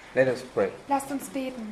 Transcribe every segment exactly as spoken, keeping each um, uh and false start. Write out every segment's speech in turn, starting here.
Let us pray. Lasst uns beten.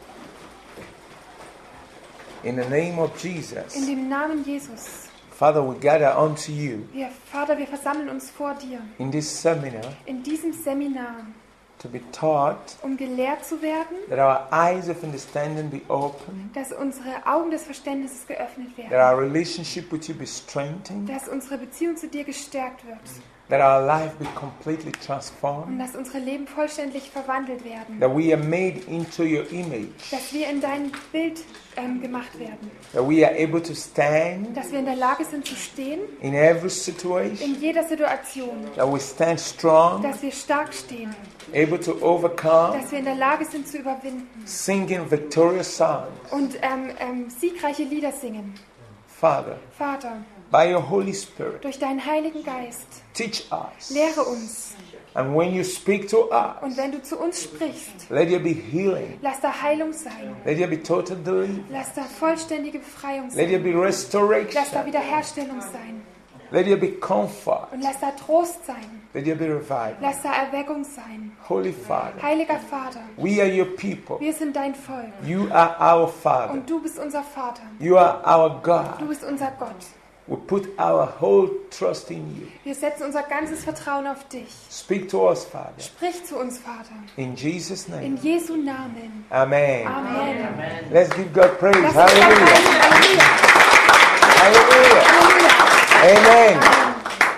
In the name of Jesus, In dem Namen Jesus. Father, we gather unto you Wir, Vater, wir versammeln uns vor dir in this seminar in diesem Seminar, to be taught, um gelehrt zu werden, that our eyes of understanding be opened, dass unsere Augen des Verständnisses geöffnet that werden, our relationship with you be strengthened, dass unsere Beziehung zu dir gestärkt wird that our life be completely und transformed, dass unsere Leben vollständig verwandelt werden, that we are made into your image, dass wir in dein Bild ähm, gemacht werden, that we are able to stand dass wir in der Lage sind zu stehen in every situation, in jeder Situation, that we stand strong, dass wir stark stehen, able to overcome, dass wir in der Lage sind zu überwinden singing victorious songs. und ähm, ähm, siegreiche Lieder singen. Father, Vater, by your Holy Spirit, durch deinen Heiligen Geist, teach us. lehre uns. And when you speak to Und us, wenn du zu uns sprichst, let there be healing. lass da Heilung sein. Let there be total deliverance. Lass da vollständige Befreiung Let there sein. be Lass da restoration. Wiederherstellung sein. Let there be comfort. Und lass da Trost sein. Let there be revival. Lass da Erweckung sein. Holy Father, Heiliger Vater, we are your people. wir sind dein Volk. You are our Father. Und du bist unser Vater. You are our Du God. bist unser Gott. We put our whole trust in you. Wir setzen unser ganzes Vertrauen auf dich. Speak to us, Father. Sprich zu uns, Vater. In Jesus' In name. Jesu Namen. Amen. Amen. Let's give God praise. Lass uns Gott Hallelujah. preisen. Hallelujah. Halleluja. Amen.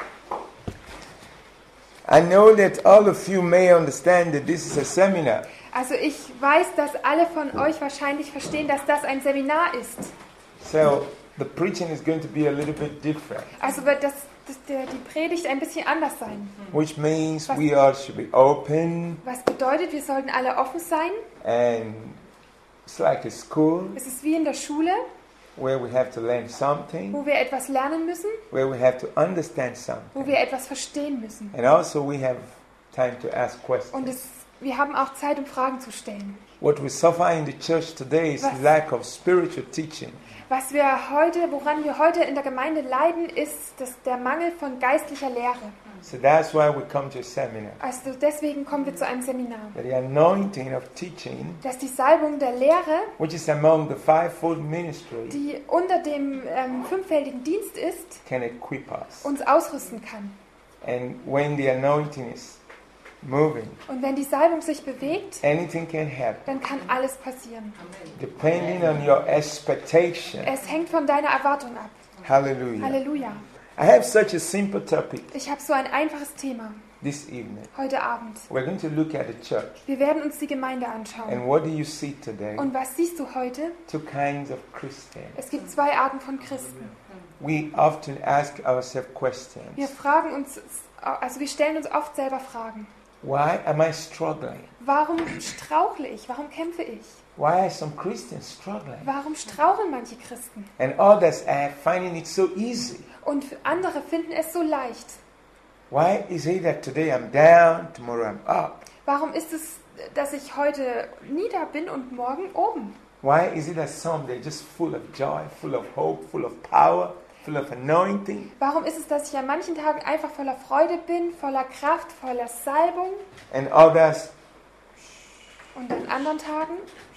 I know that all of you may understand that this is a seminar. Also ich weiß, dass alle von euch wahrscheinlich verstehen, dass das ein Seminar ist. So the preaching is going to be a little bit different, Also wird das, das, der, die Predigt ein bisschen anders sein. which means we all should be open, Was bedeutet, wir sollten alle offen sein. and it's like a school Es ist wie in der Schule, where we have to learn something, wo wir etwas lernen müssen, where we have to understand wo something, wir etwas verstehen müssen. and also we have time to ask Und questions. es, wir haben auch Zeit, um Fragen zu stellen. What we suffer in the church today is Was- lack of spiritual teaching. Was wir heute, woran wir heute in der Gemeinde leiden, ist das, der Mangel von geistlicher Lehre. So that's why we come to a seminar. Also deswegen kommen wir zu einem Seminar. That the anointing of teaching, Dass die Salbung der Lehre, which is among the fivefold ministry, die unter dem ähm, fünffältigen Dienst ist, can equip us. uns ausrüsten kann. And when the anointing is moving, Und wenn die Salbung sich bewegt, anything can happen, dann kann alles passieren. depending on your expectation. Es hängt von deiner Erwartung ab. Hallelujah. Halleluja. I have such a simple topic Ich habe so ein einfaches Thema this evening. heute Abend. We're going to look at the church. Wir werden uns die Gemeinde anschauen. And what do you see today? Und was siehst du heute? Two kinds of Christians. Es gibt zwei Arten von Christen. We often ask ourselves Wir questions. fragen uns, also wir stellen uns oft selber Fragen. Why am I struggling? Warum strauchle ich? Warum kämpfe ich? Why are some Christians struggling? Warum straucheln manche Christen? And others are finding it so easy. Und andere finden es so leicht. Why is it that today I'm down, tomorrow I'm up? Warum ist es, dass ich heute nieder bin und morgen oben? Why is it that some they're just full of joy, full of hope, full of power, full of anointing? Warum ist es, dass ich an manchen Tagen einfach voller Freude bin, voller Kraft, voller Salbung And others, und an anderen Tagen?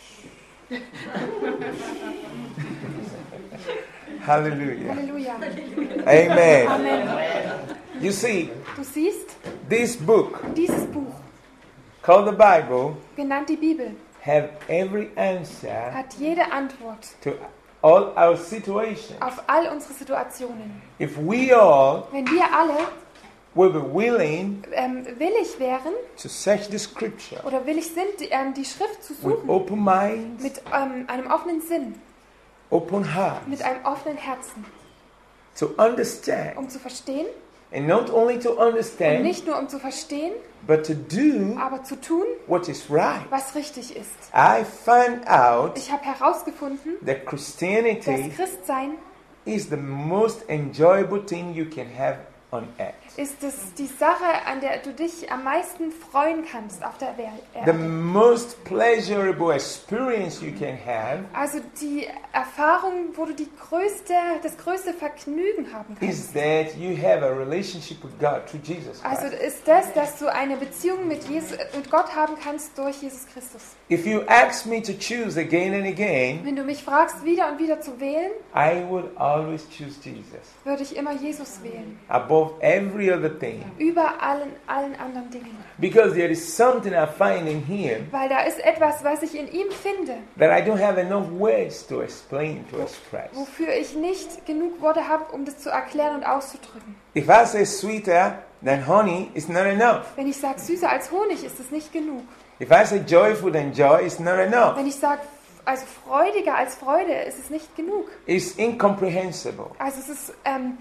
hallelujah. Halleluja. Amen. Amen. You see, Du siehst, this book dieses Buch, called the Bible genannt die Bibel, have every answer hat jede Antwort to all our situations. auf all unsere Situationen. If we all Wenn wir alle will be willing ähm, willig wären to search the scripture oder willig sind, die, ähm, die Schrift zu with suchen, open minds, mit ähm, einem offenen Sinn, open hearts, mit einem offenen Herzen, to understand, um zu verstehen, and not only to und understand, nicht nur um zu verstehen, but to do aber zu tun, what is right. was richtig ist. I found out Ich habe herausgefunden, that dass Christianity Christsein is the most enjoyable thing you can have on earth. ist es die Sache, an der du dich am meisten freuen kannst auf der Erde. The most pleasurable experience you can have Also die Erfahrung, wo du die größte, das größte Vergnügen haben is kannst. that you have a relationship with God through Jesus Also Christ. ist das, dass du eine Beziehung mit, Jesus, mit Gott haben kannst durch Jesus Christus. If you ask me to choose again and again, Wenn du mich fragst, wieder und wieder zu wählen, I would always choose Jesus würde ich immer Jesus wählen. above every other thing. Über allen, allen anderen Dingen. Because there is something I find in Him Weil da ist etwas, was ich in ihm finde, that I don't have enough words to explain, to express. wofür ich nicht genug Worte habe, um das zu erklären und auszudrücken. If I say sweeter than honey, it's not enough. Wenn ich sage, süßer als Honig, ist es nicht genug. If I say joyful than joy, it's not enough. Wenn ich sage, also freudiger als Freude, ist es nicht genug. It's incomprehensible. Also es ist ähm,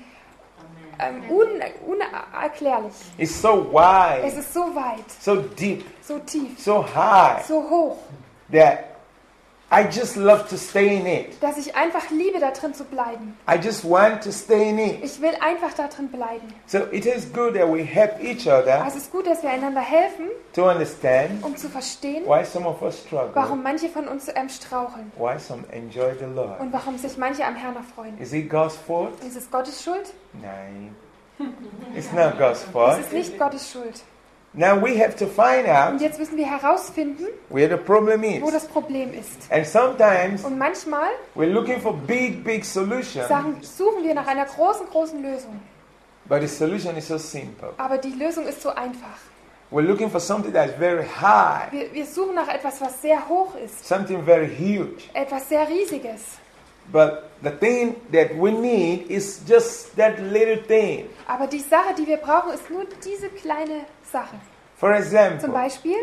ähm, un, unerklärlich. It's so Es wide, ist so weit, so deep, so tief, so high so hoch, that I just love to stay in it. dass ich einfach liebe, da drin zu bleiben. I just want to stay in it. Ich will einfach da drin bleiben. So it is good that we help each other Also es ist gut, dass wir einander helfen, to understand um zu verstehen, why some of us struggle, warum manche von uns ähm, straucheln why some enjoy the Lord. und warum sich manche am Herrn erfreuen. Is it God's fault? Ist es Gottes Schuld? Nein. It's not God's Es fault. ist nicht Gottes Schuld. Now we have to find Und out jetzt müssen wir herausfinden, where the problem wo is. das Problem ist. And sometimes Und manchmal we're looking for big, big solutions, sagen, suchen wir nach einer großen, großen Lösung. but the solution is so simple. Aber die Lösung ist so einfach. We're looking for something that's very high, Wir, wir suchen nach etwas, was sehr hoch ist. something very huge. Etwas sehr Riesiges. But the thing that we need is just that little thing. Aber die Sache, die wir brauchen, ist nur diese kleine Sache. For Zum example, Beispiel,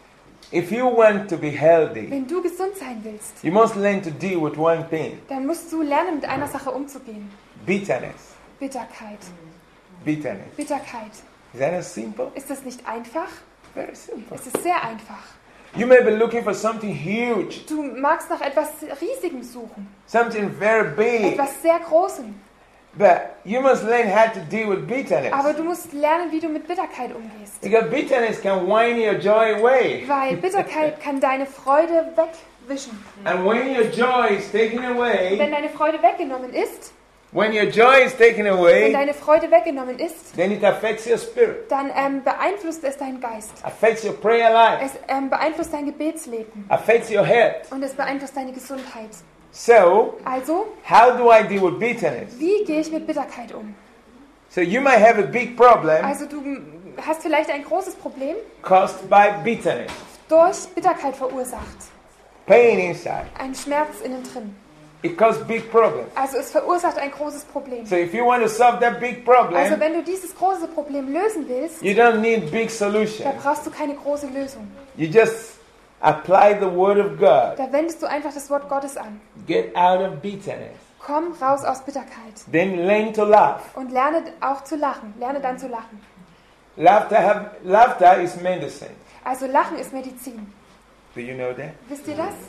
if you want to be healthy, wenn du gesund sein willst, you must learn to deal with one thing: dann musst du lernen, mit einer Sache umzugehen. bitterness. Bitterkeit. Bitterness. Bitterkeit. Is that as simple? Ist das nicht einfach? Very simple. Es ist sehr einfach. You may be looking for something huge, Du magst nach etwas Riesigem suchen. something very big, Etwas sehr Großem. but you must learn how to deal with bitterness. Aber du musst lernen, wie du mit Bitterkeit umgehst. Because bitterness can wind your joy away. Weil Bitterkeit kann deine Freude wegwischen. And when your joy is taken Wenn away, deine Freude weggenommen ist, when your joy is taken wenn away, deine Freude weggenommen ist, then it affects your spirit, dann ähm, beeinflusst es deinen Geist. affects your prayer life, Es ähm, beeinflusst dein Gebetsleben. affects your health. Und es beeinflusst deine Gesundheit. So, Also, how do I deal with bitterness? wie gehe ich mit Bitterkeit um? So you might have a big problem Also du m- hast vielleicht ein großes Problem caused by bitterness, durch Bitterkeit verursacht. pain inside. Ein Schmerz innen drin. It causes big problems. Also es verursacht ein großes Problem. So if you want to solve that big Also problem, wenn du dieses große Problem lösen willst, you don't need big da solutions. brauchst du keine große Lösung. You just apply the word of God. Da wendest du einfach das Wort Gottes an. Get out of bitterness. Komm raus aus Bitterkeit. Then learn to laugh. Und lerne auch zu lachen. Lerne dann zu lachen. Laughter, have, laughter is medicine. Also Lachen ist Medizin. Do you know that? Wisst ihr das?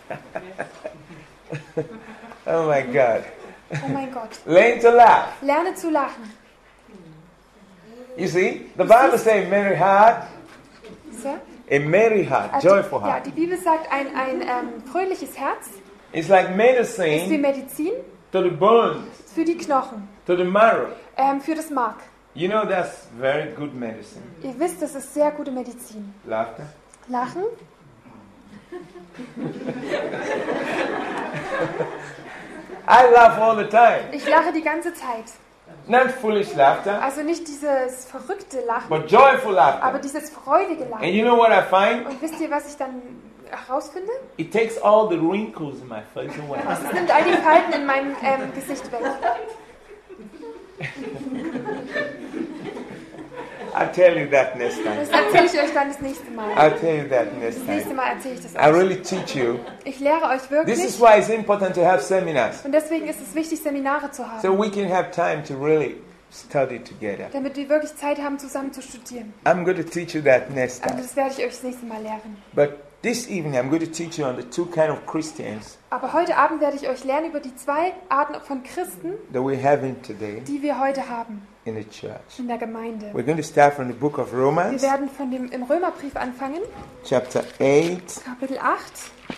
Oh my God. Oh mein Gott. Learn to laugh. Lerne zu lachen. You see, the Bible says merry heart, So? a merry heart, Also, joyful ja, heart. die Bibel sagt, ein, ein ähm, fröhliches Herz It's like ist wie medicine Medizin to the bones, für die Knochen, to the marrow. ähm, für das Mark. You know that's very good medicine. Ihr wisst, das ist sehr gute Medizin. Laughter. Lachen. I laugh all the time. Ich lache die ganze Zeit. Not foolish laughter, Also nicht dieses verrückte Lachen, but joyful aber laughter. dieses freudige And Lachen. you know what I find? Und wisst ihr, was ich dann herausfinde? It takes all the wrinkles in my face away. Es nimmt all die Falten in meinem ähm, Gesicht weg. I'll tell you that next time. Das erzähle ich euch dann das nächste Mal. I'll tell you that next Das nächste time. Mal erzähle ich das I euch. really teach you. Ich lehre euch This wirklich. is why it's important to have seminars. Und deswegen ist es wichtig, Seminare zu So haben. we can have time to really study together. damit wir wirklich Zeit haben, zusammen zu studieren. I'm going to teach you that next Also time. das werde ich euch das nächste Mal lehren. But this evening, I'm going to teach you on the two kind of Christians Aber heute Abend werde ich euch lernen über die zwei Arten von Christen, that we're having today die wir heute haben in the church. in der Gemeinde. We're going to start from the book of Wir Romans, werden von dem im Römerbrief anfangen, chapter eight, Kapitel acht,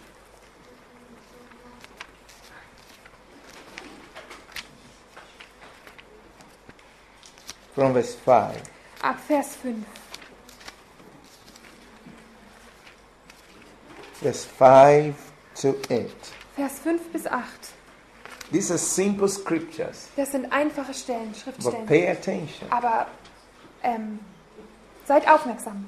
from verse five. ab Vers fünf. Verse five to eight. Vers fünf bis acht. These are simple scriptures, Das sind einfache Stellen, but Schriftstellen. pay attention. Aber ähm, seid aufmerksam.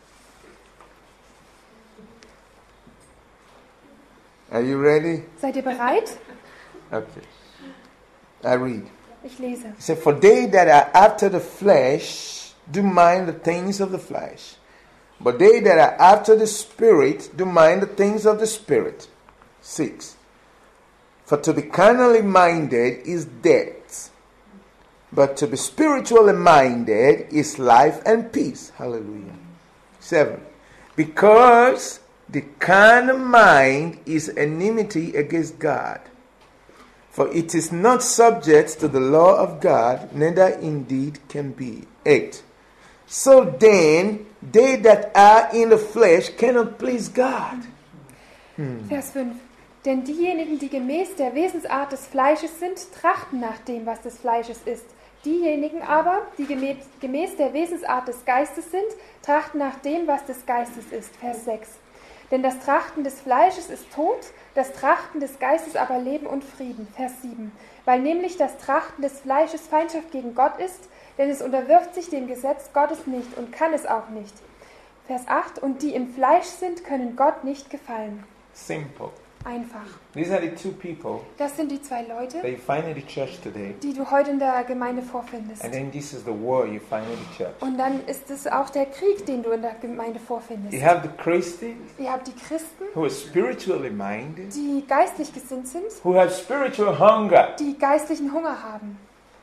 Are you ready? Seid ihr bereit? Okay. I read. Ich lese. It said, "For they that are after the flesh do mind the things of the flesh, but they that are after the Spirit do mind the things of the Spirit." Six. "For to be carnally minded is death, but to be spiritually minded is life and peace." Hallelujah. Seven. "Because the carnal mind is enmity against God. For it is not subject to the law of God, neither indeed can be." Eight. "So then, they that are in the flesh cannot please God." Vers fünf. Denn diejenigen, die gemäß der Wesensart des Fleisches sind, trachten nach dem, was des Fleisches ist. Diejenigen aber, die gemäß, gemäß der Wesensart des Geistes sind, trachten nach dem, was des Geistes ist. Vers sechs. Denn das Trachten des Fleisches ist Tod, das Trachten des Geistes aber Leben und Frieden. Vers sieben. Weil nämlich das Trachten des Fleisches Feindschaft gegen Gott ist, denn es unterwirft sich dem Gesetz Gottes nicht und kann es auch nicht. Vers acht. Und die im Fleisch sind, können Gott nicht gefallen. Simple. Einfach. These are the two people Das sind die zwei Leute, that you find in the church today. die du heute in der Gemeinde vorfindest. And then this is the war you find in the church. Und dann ist es auch der Krieg, den du in der Gemeinde vorfindest. You have the Christians Ihr habt die Christen, who are spiritually minded, die geistlich gesinnt sind, who have spiritual hunger. die geistlichen Hunger haben.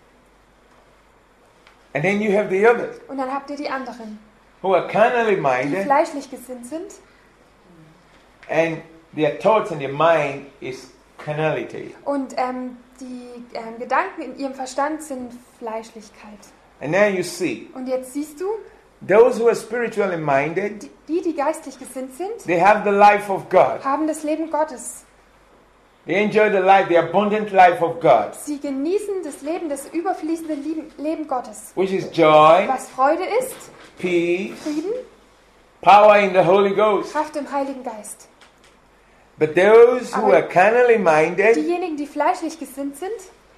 And then you have the others Und dann habt ihr die anderen, who are carnally die minded fleischlich gesinnt sind and their thoughts and their mind is carnality. und ähm, die ähm, Gedanken in ihrem Verstand sind Fleischlichkeit. And now you see, Und jetzt siehst du, those who are spiritually minded, die, die, die geistlich gesinnt sind, they have the life of God. haben das Leben Gottes. They enjoy the life, the abundant life of God, Sie genießen das Leben, das überfließende Leben, Leben Gottes. which is joy, Was Freude ist, peace, Frieden, power in the Holy Ghost. Kraft im Heiligen Geist. But those who Aber are carnally minded, diejenigen, die fleischlich gesinnt sind,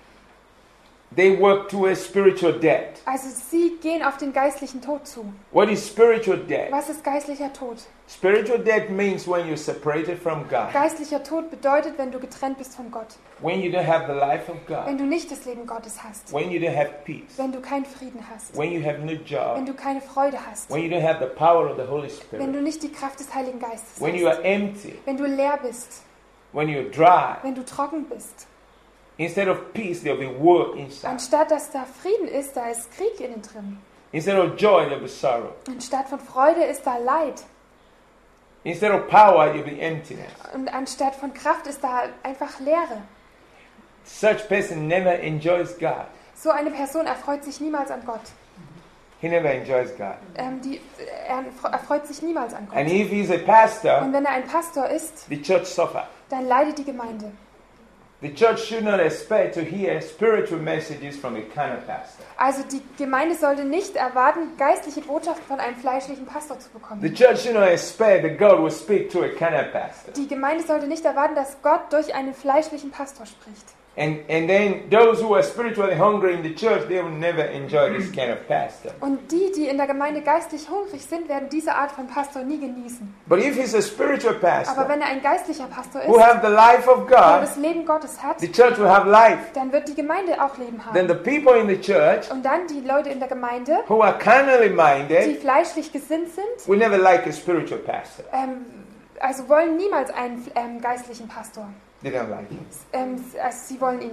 they work towards spiritual death. also sie gehen auf den geistlichen Tod zu. What is spiritual death? Was ist geistlicher Tod? Spiritual death means when you're separated from God, Geistlicher Tod bedeutet, wenn du getrennt bist von Gott. when you don't have the life of God, Wenn du nicht das Leben Gottes hast. when you don't have peace, Wenn du keinen Frieden hast. when you have no Wenn joy, du keine Freude hast. when you don't have the power of the Holy Wenn Spirit, du nicht die Kraft des Heiligen Geistes when you hast. are empty, Wenn du leer bist. when you're dry. Wenn du trocken bist. Instead of peace, there'll be war inside. Anstatt dass da Frieden ist, da ist Krieg innen drin. Instead of joy, there'll be sorrow. Anstatt von Freude ist da Leid. Instead of power, there'll be emptiness. Und anstatt von Kraft ist da einfach Leere. Such person never enjoys God. So eine Person erfreut sich niemals an Gott. He never enjoys God. Ähm, die, er erfreut sich niemals an Gott. And if he's a pastor, Und wenn er ein Pastor ist, the church suffers. dann leidet die Gemeinde. The church should not expect to hear spiritual messages from a carnal pastor. Also die Gemeinde sollte nicht erwarten, geistliche Botschaften von einem fleischlichen Pastor zu The bekommen. church should not expect that God will speak to a carnal pastor. Die Gemeinde sollte nicht erwarten, dass Gott durch einen fleischlichen Pastor spricht. And, and then those who are spiritually hungry in the church, they will never enjoy this kind of pastor. Und die, die in der Gemeinde geistlich hungrig sind, werden diese Art von Pastor nie genießen. But if he's a spiritual Aber pastor wenn er ein geistlicher Pastor who ist, have the life of der God, das Leben Gottes hat, the church will have life. dann wird die Gemeinde auch Leben Then haben. the people in the church Und dann die Leute in der Gemeinde, who are carnally die minded fleischlich gesinnt sind, will never like a spiritual pastor. ähm, also wollen niemals einen ähm, geistlichen Pastor. They don't like him. Ähm, also sie wollen ihn nicht.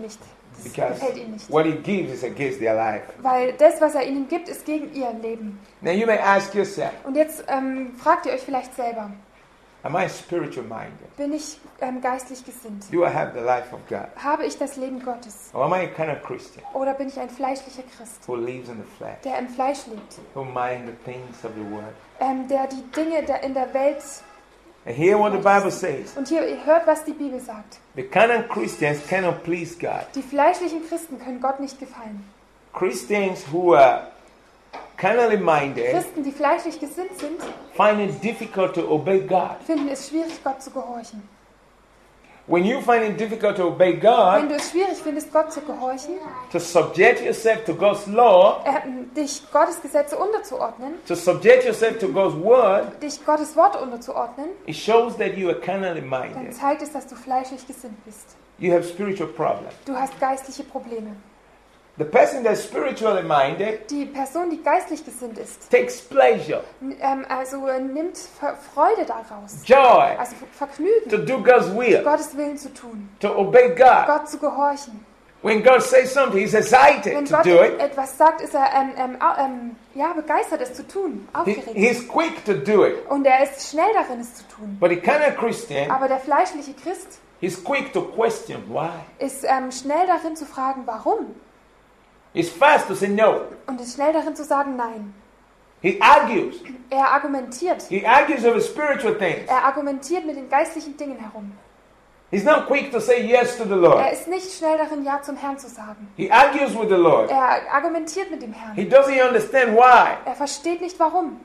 Das Because gefällt ihnen nicht. what he gives is against their life. Weil das, was er ihnen gibt, ist gegen ihr Leben. Now you may ask yourself, Und jetzt ähm, fragt ihr euch vielleicht selber, am I spiritual minded? bin ich ähm, geistlich gesinnt? Do I have the life of God? Habe ich das Leben Gottes? Or am I a kind of Christian Oder bin ich ein fleischlicher Christ, who lives in the flesh, der im Fleisch lebt? who mind the things of the world? Ähm, der die Dinge der in der Welt... And hear what the Bible says. Und hier, ihr hört, was die Bibel sagt. The carnal Christians cannot please God. Die fleischlichen Christen können Gott nicht gefallen. Christians who are carnally minded Christen, die fleischlich gesinnt sind, find it difficult to obey God. finden es schwierig, Gott zu gehorchen. When you find it difficult to obey Wenn God, du es schwierig findest, Gott zu gehorchen, to subject yourself to God's law, ähm, dich Gottes Gesetze unterzuordnen, to subject yourself to God's word, dich Gottes Wort unterzuordnen, it shows that you are carnally dann minded. zeigt es, dass du fleischlich gesinnt bist. You have spiritual problems. Du hast geistliche Probleme. The person that's spiritually minded Die Person, die geistlich gesinnt ist, takes pleasure, n- ähm, also äh, nimmt Ver- Freude daraus, joy, also Vergnügen, to do God's will, Gottes Willen zu tun, to obey God. Gott zu gehorchen. When God says something, he's Wenn excited to Gott do it. etwas sagt, ist er ähm, ähm, au- ähm, ja, begeistert, es zu tun, He, aufgeregt. he's quick to do it. Und er ist schnell darin, es zu tun. But the kind of Christian, Aber der fleischliche Christ he's quick to question why. ist ähm, schnell darin zu fragen, warum? He's fast to say no. Und ist schnell darin zu sagen, nein. He argues. Er argumentiert. He argues over spiritual things. Er argumentiert mit den geistlichen Dingen herum. He's not quick to say yes to the Er Lord. ist nicht schnell darin, Ja zum Herrn zu sagen. He argues with the Lord. Er argumentiert mit dem He Herrn. doesn't understand why. Er versteht nicht, warum.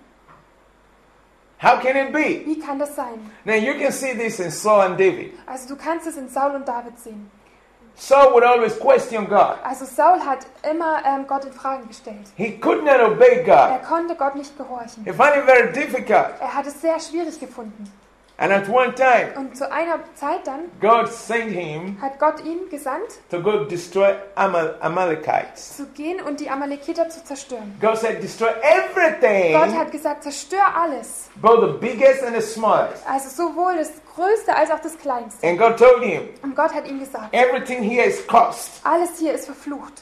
How can it be? Wie kann das sein? Now you can see this in Saul and David. Also du kannst es in Saul und David sehen. Saul would always question God. Also Saul hat immer ähm, Gott in Fragen gestellt. He could not obey Er God. konnte Gott nicht gehorchen. He found it very difficult. Er hat es sehr schwierig gefunden. And at one time, Und zu einer Zeit dann God sent him hat Gott ihn gesandt, to go destroy Amal- Amalekites. zu gehen und die Amalekiter zu zerstören. God said, destroy Gott everything, hat gesagt, zerstör alles. both the biggest and the smallest. Also sowohl das Größte als auch das Kleinste. And God told him, Und Gott hat ihm gesagt, everything here is cursed. alles hier ist verflucht.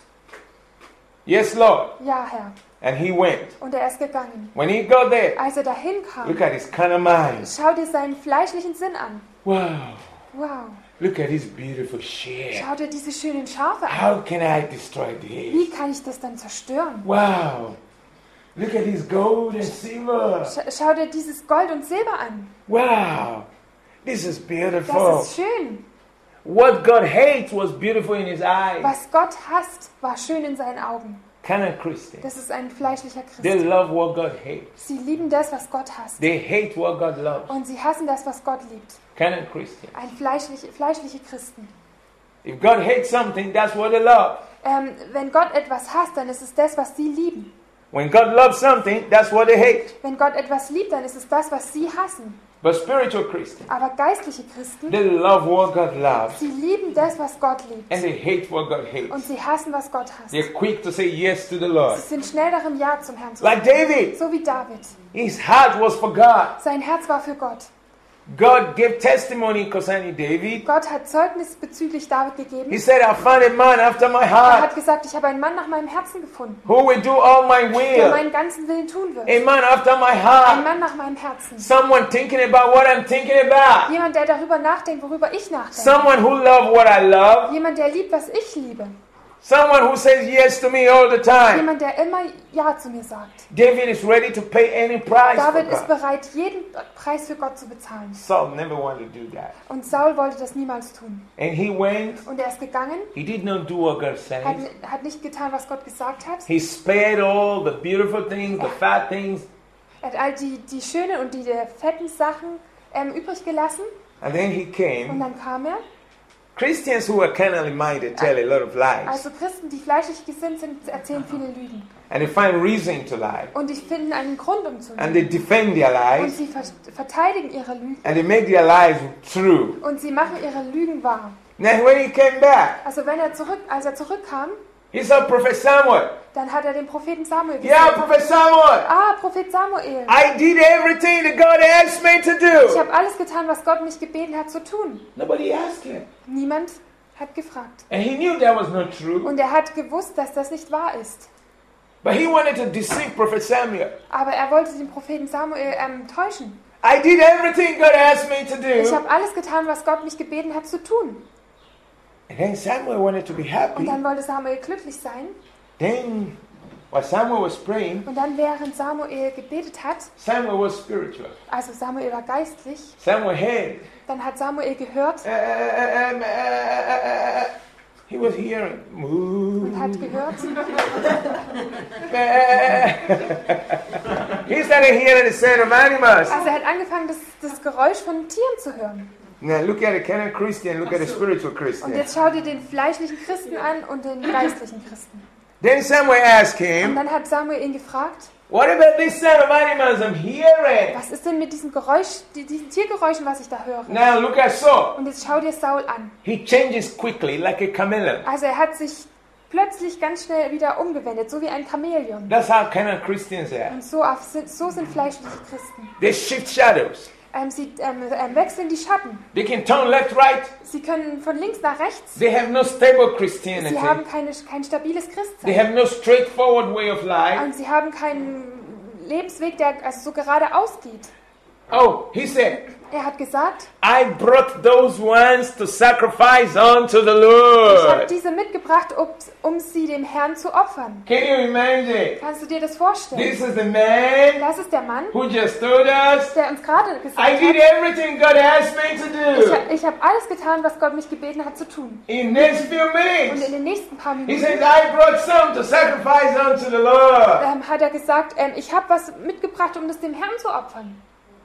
Yes, Lord. Ja, Herr. And he went. Und er ist gegangen. When he got there, Als er dahin kam, look at his kind of mind. schau dir seinen fleischlichen Sinn an. Wow. Wow. Look at this beautiful sheep. Schau dir diese schönen Schafe an. How can I destroy this? Wie kann ich das dann zerstören? Wow. Look at this gold and silver. Sch schau dir dieses Gold und Silber an. Wow. This is Das beautiful. ist schön. What God hates was beautiful in his eyes. Was Gott hasst, war schön in seinen Augen. Kind of Christian. Das ist ein fleischlicher They Christ. love what God hates. Sie lieben das, was Gott hasst. They hate what God loves. Und sie hassen das, was Gott liebt. Kind of Christian. Ein fleischliche, fleischliche Christen. If God hates something, that's what they love. Ähm, wenn Gott etwas hasst, dann ist es das, was sie lieben. When God loves something, that's what they hate. Wenn Gott etwas liebt, dann ist es das, was sie hassen. But spiritual Christians, Aber geistliche Christen, they love what God loves. sie lieben das, was Gott liebt. And they hate what God Und hates. sie hassen, was Gott hasst. They're quick to say yes to the Lord. Sie sind schnell darin, Ja zum Herrn zu Like sagen. David, So wie David. his heart was for God. Sein Herz war für Gott. God gave testimony concerning David. Gott hat Zeugnis bezüglich David gegeben. He said, I found a man after my Er heart hat gesagt, ich habe einen Mann nach meinem Herzen gefunden, who will do all my der will. meinen ganzen Willen tun wird. A man after my Ein heart. Mann nach meinem Herzen. Someone thinking about what I'm thinking about. Jemand, der darüber nachdenkt, worüber ich nachdenke. Someone who loves what I love. Jemand, der liebt, was ich liebe. Someone who says yes to me all the time. Jemand, der immer Ja zu mir sagt. David is ready to pay any price for David ist God. bereit, jeden Preis für Gott zu bezahlen. Saul never wanted to do that. Und Saul wollte das niemals tun. And he went. Und er ist gegangen, He did not do what God hat, said. hat nicht getan, was Gott gesagt hat. He spared all the beautiful things, the fat things. Er hat all die, die schönen und die der fetten Sachen ähm, übrig gelassen. And then he Und came. dann kam er. Christians who are carnally minded tell a lot of lies. Also Christen, die fleischlich gesinnt sind, erzählen viele Lügen. And they find reason to lie. Und die finden einen Grund, um zu And they lügen. defend their Und lies. sie ver verteidigen ihre Lügen. And they make their lies true. Und sie machen ihre Lügen wahr. Now when he came back, Also wenn er zurück, als er zurückkam, he saw Prophet Samuel. dann hat er den Propheten Samuel gesehen. Yeah, Prophet Samuel. Ah, Prophet Samuel. I did everything that God asked me to Ich do. habe alles getan, was Gott mich gebeten hat zu tun. Nobody asked him. Niemand hat gefragt. And he knew that was not true. Und er hat gewusst, dass das nicht wahr ist. But he wanted to deceive Prophet Samuel. Aber er wollte den Propheten Samuel ähm, täuschen. I did everything God asked me to Ich do. habe alles getan, was Gott mich gebeten hat zu tun. And then Samuel wanted to be Und happy. dann wollte Samuel glücklich sein. Then, while Samuel was praying, Und dann, während Samuel gebetet hat, Samuel was spiritual. also Samuel war geistlich, Samuel heard. dann hat Samuel gehört Uh, um, uh, uh, uh, he was hearing. und hat gehört. He started hearing the sound of animals. Also er hat angefangen, das, das Geräusch von Tieren zu hören. Now look at the carnal Christian, look at the spiritual Und Christian. jetzt schau dir den fleischlichen Christen an und den geistlichen Christen. Then Samuel asked Und him, dann hat Samuel ihn gefragt, what about this sound of animals I'm hearing? was ist denn mit diesem Geräusch, die- diesen Tiergeräuschen, was ich da höre? Now look at Saul. Und jetzt schau dir Saul an. He changes quickly like a chameleon. Also er hat sich plötzlich ganz schnell wieder umgewendet, so wie ein Chamäleon. That's how carnal Christians are. Und so, auf, so sind fleischliche Christen. They shift shadows. Ähm, sie ähm, ähm, wechseln die Schatten. They can turn left, right. Sie können von links nach rechts. They have no stable Sie Christianity. haben keine, kein stabiles They Christsein. have no straightforward way of life. Und sie haben keinen Lebensweg, der also so geradeaus geht. Oh, he said, Er hat gesagt, I brought those ones to sacrifice unto the ich habe Lord. diese mitgebracht, um, um sie dem Herrn zu opfern. Can you imagine? Kannst du dir das vorstellen? This is the man Das ist der Mann, who just told us, der uns gerade I gesagt did hat, everything God asked me to ich, do. ha- ich habe alles getan, was Gott mich gebeten hat zu tun. In next few Und minutes, in den nächsten paar he Minuten says, I brought some to sacrifice unto the Lord. ähm, hat er gesagt, ähm, ich habe was mitgebracht, um das dem Herrn zu opfern.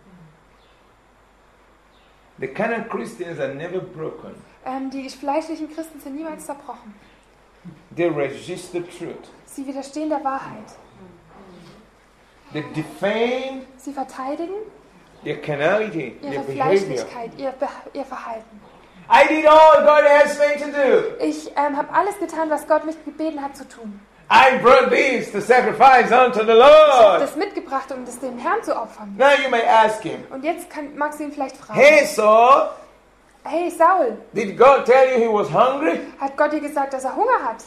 The carnal Christians are never broken. Ähm, die fleischlichen Christen sind niemals zerbrochen. They resist the truth. Sie widerstehen der Wahrheit. They defend Sie verteidigen their carnality, their ihre behavior. Fleischlichkeit, ihr, Be ihr Verhalten. I did all God asked me to do. Ich ähm, habe alles getan, was Gott mich gebeten hat zu tun. I brought these to sacrifice unto the Ich habe Lord. das mitgebracht, um das dem Herrn zu opfern. Now you may ask him, Und jetzt kann, magst du ihn vielleicht fragen, hey Saul, hey Saul, did God tell you he was hungry? hat Gott dir gesagt, dass er Hunger hat?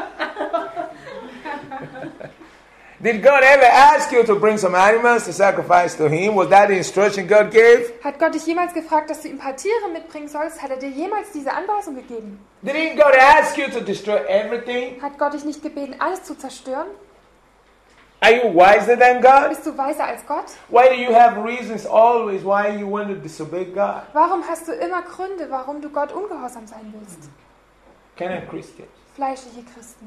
Did God ever ask you to bring some animals to sacrifice to him? Was that the instruction God gave? Hat Gott dich jemals gefragt, dass du ihm ein paar Tiere mitbringen sollst? Hat er dir jemals diese Anweisung gegeben? Didn't God ask you to destroy everything? Hat Gott dich nicht gebeten, alles zu zerstören? Are you wiser than God? Bist du weiser als Gott? Why do you have reasons always why you want to disobey God? Warum hast du immer Gründe, warum du Gott ungehorsam sein willst? Carnal Christians. Fleischliche Christen.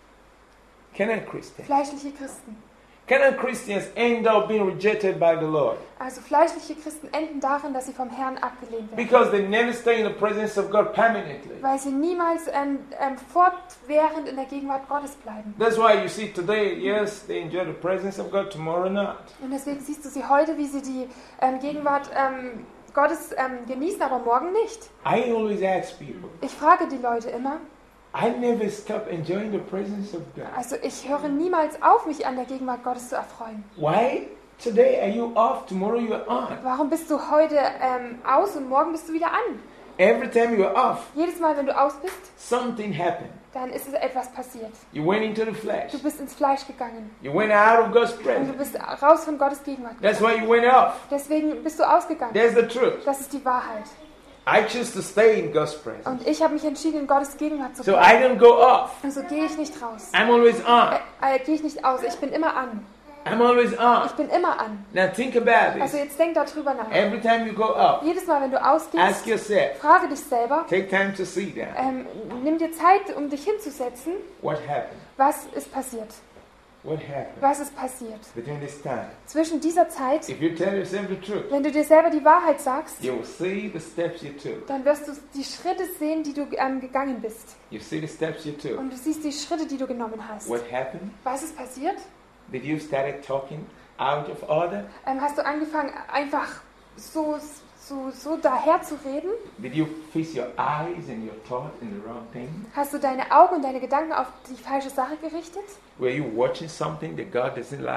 Carnal Christians. Fleischliche Christen. Carnal Christians end up being rejected by the Lord Also fleischliche Christen enden darin, dass sie vom Herrn abgelehnt werden. because they never stay in the presence of God permanently. Weil sie niemals ähm, ähm, fortwährend in der Gegenwart Gottes bleiben. That's why you see today, yes, they enjoy the presence of God, tomorrow not. Und deswegen siehst du sie heute, wie sie die ähm, Gegenwart ähm, Gottes ähm, genießen, aber morgen nicht. I always ask people, Ich frage die Leute immer, I never stop enjoying the presence of God. also ich höre niemals auf, mich an der Gegenwart Gottes zu erfreuen. Why? Today are you off, tomorrow you are on. Warum bist du heute ähm, aus und morgen bist du wieder an? Every time you are off, Jedes Mal, wenn du aus bist, something happened. dann ist es etwas passiert. You went into the flesh. Du bist ins Fleisch gegangen You went out of God's und du presence. bist raus von Gottes Gegenwart That's gegangen. why you went off. Deswegen bist du ausgegangen. There's the truth. Das ist die Wahrheit. I choose to stay in God's presence. Und ich habe mich entschieden, in Gottes Gegenwart zu So bleiben. I don't go off. Also gehe ich nicht raus. I'm always on. Äh, äh, gehe ich nicht aus. Ich bin immer an. I'm always on. Ich bin immer an. Now think about Also this. jetzt denk darüber nach. Every time you go up, Jedes Mal, wenn du ask ausgehst, yourself, frage dich selber, take time to see that. ähm, nimm dir Zeit, um dich hinzusetzen. What happened? Was ist passiert? What happened Was ist passiert? between this time? Zwischen dieser Zeit, If you tell yourself the truth, wenn du dir selber die Wahrheit sagst, you will see the steps you took. dann wirst du die Schritte sehen, die du ähm, gegangen bist. You see the steps you took. Und du siehst die Schritte, die du genommen hast. What happened? Was ist passiert? Did you started talking out of order? Ähm, hast du angefangen, einfach so, so, so daher zu reden? Did you fix your eyes and your thought in the wrong thing? Hast du deine Augen und deine Gedanken auf die falsche Sache gerichtet? Were you watching something that God doesn't like?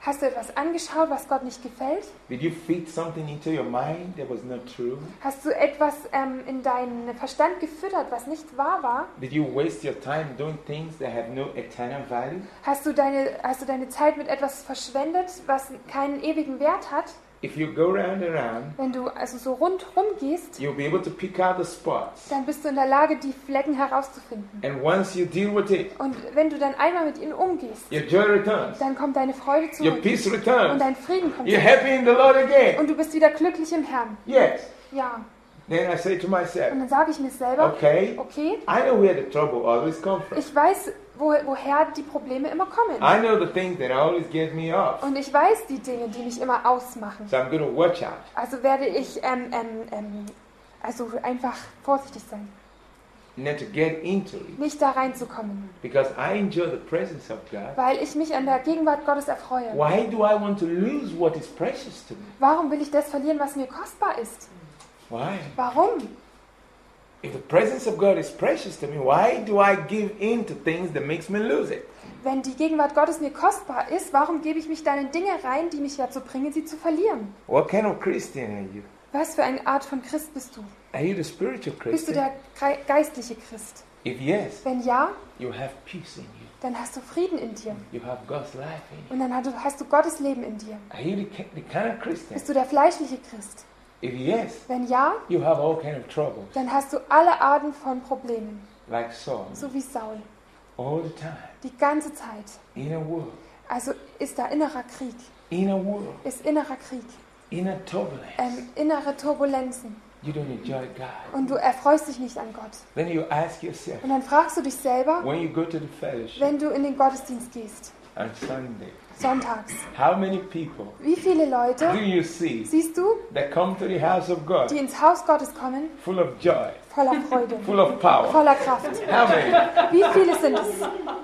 Hast du etwas angeschaut, was Gott nicht gefällt? Did you feed something into your mind that was not true? Hast du etwas ähm, in deinen Verstand gefüttert, was nicht wahr war? Did you waste your time doing things that have no eternal value? Hast du deine, hast du deine Zeit mit etwas verschwendet, was keinen ewigen Wert hat? If you go round and round, Wenn du also so rundherum gehst, you'll be able to pick out the spots. dann bist du in der Lage, die Flecken herauszufinden. And once you deal with it, Und wenn du dann einmal mit ihnen umgehst, your joy returns, dann kommt deine Freude your zurück peace und returns, dein Frieden kommt you're zurück. happy in the Lord again. Und du bist wieder glücklich im Herrn. Yes. Ja. Then I say to myself, Und dann sage ich mir selber, okay, okay, I know where the trouble always comes from. ich weiß, wo, woher die Probleme immer kommen. I know the things that always get me off. Und ich weiß die Dinge, die mich immer ausmachen. So I'm going to watch out. Also werde ich ähm, ähm, ähm, also einfach vorsichtig sein, And then to get into it. nicht da reinzukommen, Because I enjoy the presence of God. weil ich mich an der Gegenwart Gottes erfreue. Why do I want to lose what is precious to me? Warum will ich das verlieren, was mir kostbar ist? Why? Warum? If the presence of God is precious to me, why do I give in to things that makes me lose it? Wenn die Gegenwart Gottes mir kostbar ist, warum gebe ich mich dann in Dinge rein, die mich dazu bringen, sie zu verlieren? What kind of Christian are you? Was für eine Art von Christ bist du? Are you the spiritual Bist du Christian? der gre- geistliche Christ? If yes, Wenn ja, you have peace in you. dann hast du Frieden in dir. You have God's life in you. Und dann hast du- hast du Gottes Leben in dir. Are you the, ki- the kind of Christian? Bist du der fleischliche Christ? If yes, Wenn ja, you have all kind of trouble, dann hast du alle Arten von Problemen, like Saul, so wie Saul, all the time. die ganze Zeit. Inner war, Also ist da innerer Krieg, inner war, ist innerer Krieg, inner turbulence. ähm, innere Turbulenzen. You don't enjoy God. Und du erfreust dich nicht an Gott. Then you ask yourself, Und dann fragst du dich selber, when you go to the fellowship wenn du in den Gottesdienst gehst, on Sunday, sonntags, how many people wie viele do Leute you see siehst du, that come to the house of God die ins Haus Gottes kommen, full of joy, voller Freude, full of power? voller Kraft? How many? Wie viele sind es?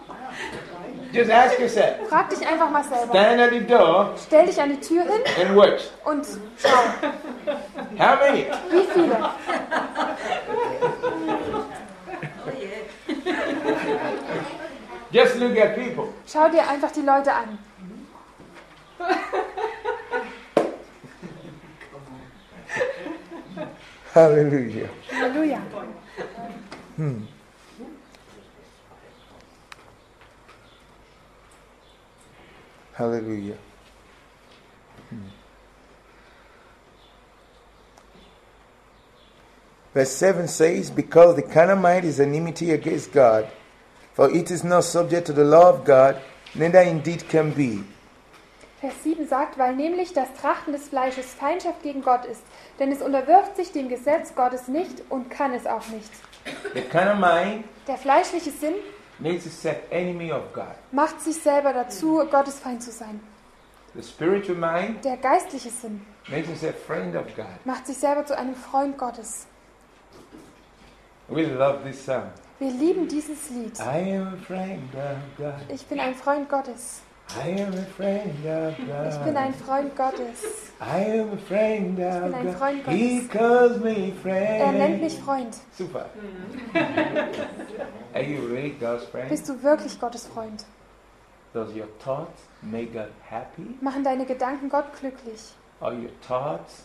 Just ask yourself. Frag dich einfach mal selber. Stand at the door Stell dich an die Tür hin and watch. und schau. How many? Wie viele? Just look at people. Schau dir einfach die Leute an. Hallelujah. Halleluja. Hallelujah. Hmm. Verse seven says, because the carnal mind is enmity against God, for it is not subject to the law of God, neither indeed can be. Vers sieben sagt, weil nämlich das Trachten des Fleisches Feindschaft gegen Gott ist, denn es unterwirft sich dem Gesetz Gottes nicht und kann es auch nicht. The carnal mind Der fleischliche Sinn makes itself enemy of God. macht sich selber dazu, Gottes Feind zu sein. The spiritual mind Der geistliche Sinn makes itself friend of God. macht sich selber zu einem Freund Gottes. We love this song. Wir lieben dieses Lied. I am a friend of God. Ich bin ein Freund Gottes. I am a friend of God. Ich bin ein Freund Gottes. I am a friend of bin ein God. Freund Gottes. He calls me friend. Er nennt mich Freund. Super. Are you really God's friend? Bist du wirklich Gottes Freund? Does your thoughts make God happy? Machen deine Gedanken Gott glücklich? Or your thoughts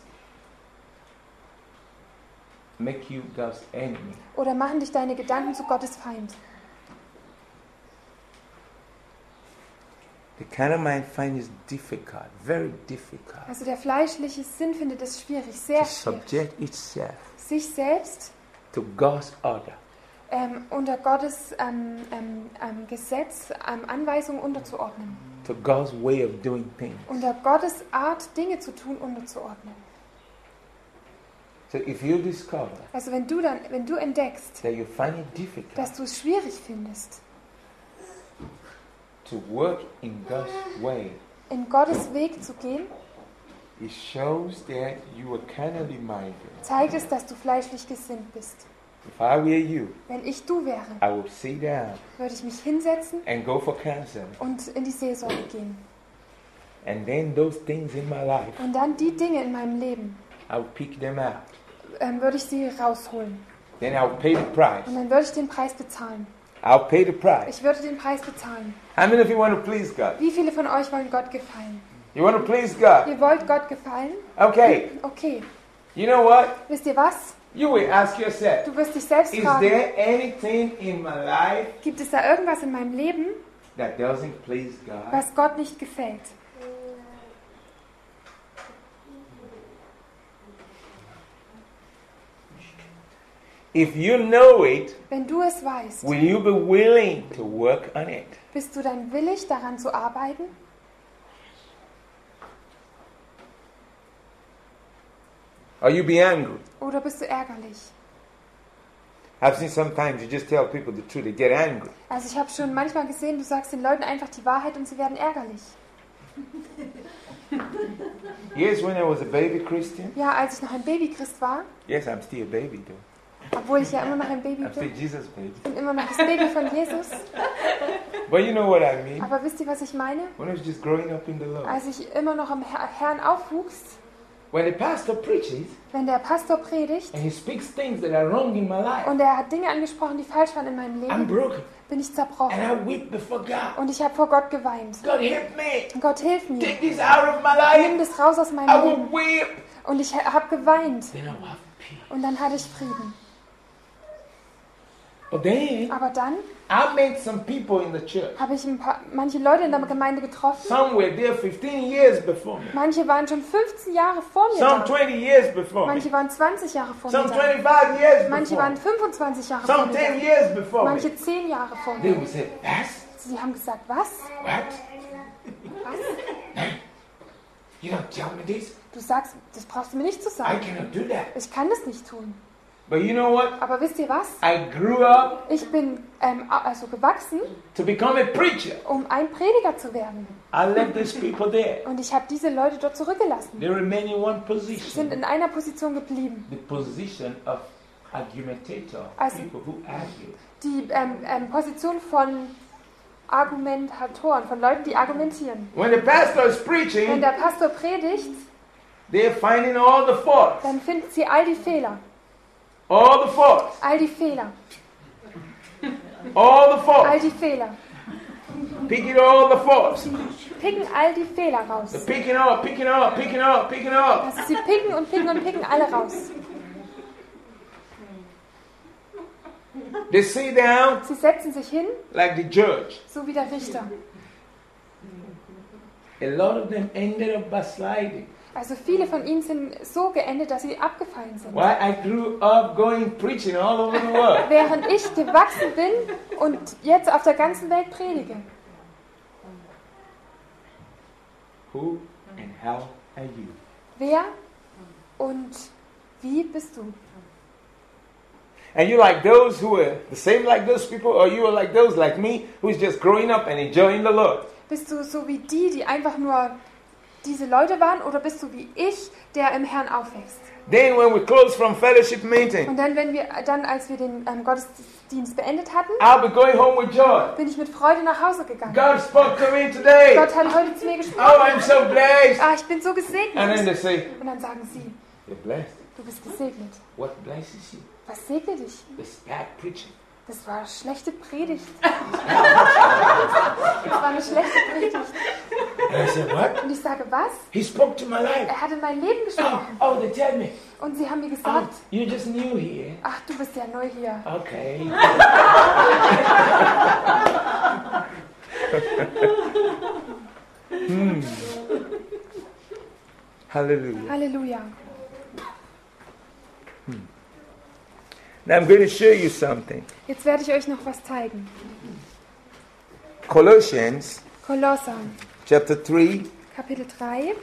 make you God's enemy? Oder machen dich deine Gedanken zu Gottes Feind? The carnal mind finds it difficult, very difficult, Also der fleischliche Sinn findet es schwierig, to sehr schwierig, subject itself sich selbst to God's order. ähm, unter Gottes ähm, ähm, ähm, Gesetz, ähm, Anweisungen unterzuordnen. To God's way of doing things. Unter Gottes Art, Dinge zu tun, unterzuordnen. So if you discover Also wenn du dann, wenn du entdeckst, that you find it difficult dass du es schwierig findest, to work in God's way, in Gottes Weg zu gehen, it shows that you are carnally minded. zeigt es, dass du fleischlich gesinnt bist. If I were you, Wenn ich du wäre, I would sit down würde ich mich hinsetzen and go for counseling. und in die Seelsorge gehen. And then those things in my life, Und dann die Dinge in meinem Leben, I would pick them out. ähm, würde ich sie rausholen. Then I would pay the price. Und dann würde ich den Preis bezahlen. I'll pay the price. Ich würde den Preis bezahlen. How many of you want to please God? Wie viele von euch wollen Gott gefallen? You want to please God? Ihr wollt Gott gefallen? Okay. Okay. You know what? Wisst ihr was? You will ask yourself, Du wirst dich selbst is fragen, there anything in my life gibt es da irgendwas in meinem Leben, that doesn't please God? was Gott nicht gefällt? If you know it, Wenn du es weißt, will you be willing to work on it? bist du dann willig, daran zu arbeiten? Or you be angry? Oder bist du ärgerlich? I've seen sometimes you just tell people the truth, they get angry. Also ich habe schon manchmal gesehen, du sagst den Leuten einfach die Wahrheit und sie werden ärgerlich. Yes, when I was a baby Christian. Ja, als ich noch ein Babychrist war, Yes, I'm still a baby though. obwohl ich ja immer noch ein Baby I'm still bin, Jesus' baby. bin immer noch das Baby von Jesus. But you know what I mean? Aber wisst ihr, was ich meine? When I was just growing up in the Lord. Als ich immer noch am Herr- Herrn aufwuchs, When the pastor preaches wenn der Pastor predigt and he speaks things that are wrong in my life, und er hat Dinge angesprochen, die falsch waren in meinem I'm Leben, broken bin ich and zerbrochen. I weep before God. Und ich habe vor Gott geweint. God help me. Gott, hilf mir. Take this out of my Nimm life. das raus aus I meinem will Leben. weep. Und ich habe geweint. Then I'll have peace. Und dann hatte ich Frieden. But then Aber dann I met some people in the church. habe ich ein paar, manche Leute in der Gemeinde getroffen. Some were there fifteen years before me. Manche waren schon fünfzehn Jahre vor mir Some da. twenty years before me. Manche waren zwanzig Jahre vor mir Some da. twenty-five years Manche before waren me. fünfundzwanzig Jahre vor Some mir ten da. years before me. Manche zehn Jahre vor They mir. would say, Pastor, Sie haben gesagt, was? what? Was? You don't tell me this. Du sagst, das brauchst du mir nicht zu I sagen. cannot do that. Ich kann das nicht tun. But you know what? Aber wisst ihr was? I grew up Ich bin ähm, also gewachsen, to become a preacher. um ein Prediger zu werden. I left these people there. Und ich habe diese Leute dort zurückgelassen. They remain in one Sie sind position. in einer Position geblieben. The position of argumentator. As- People who argue. Die ähm, ähm, Position von Argumentatoren, von Leuten, die argumentieren. When the pastor is Wenn preaching, der Pastor predigt, they're finding all the faults. dann finden sie all die Fehler. All the faults. All die Fehler. All the All faults. die Fehler. Picking all the faults. Picken all die Fehler raus. They're picking up, picking up, picking up, picking up. Also sie picken und picken und picken alle raus. They sit down Sie setzen sich hin, like the judge. so wie der Richter. A lot of them ended up backsliding. Also viele von ihnen sind so geendet, dass sie abgefallen sind. Why I grew up going preaching all over the world. Während ich gewachsen bin und jetzt auf der ganzen Welt predige. Who and how are you? Wer und wie bist du? And you like those who are the same like those people, or you are like those like me who's just growing up and enjoying the Lord? Bist du so wie die, die einfach nur diese Leute waren, oder bist du wie ich, der im Herrn aufwächst? Then when we close from fellowship meeting, Und dann, wenn wir, dann als wir den ähm, Gottesdienst beendet hatten, I'll be going home with joy. bin ich mit Freude nach Hause gegangen. God spoke to me today. Gott hat heute zu mir Oh, gesprochen. I'm so blessed. Ah, ich bin so And then gesegnet. they say, Und dann sagen sie, you're blessed. du bist gesegnet. What blesses you? Was segne dich? This bad preaching. Das war schlechte Predigt. Das war eine schlechte Predigt. And I said, what? Und ich sage, was? He spoke to my life. Er hat in mein Leben Oh, gesprochen. oh, they tell me. Und sie haben mir Oh, gesagt, you're just new here. ach, du bist ja neu hier. Okay. Hmm. Hallelujah. Halleluja. Now I'm going to show you something. Jetzt werde ich euch noch was zeigen. Colossians Kolosser, chapter three, Kapitel drei,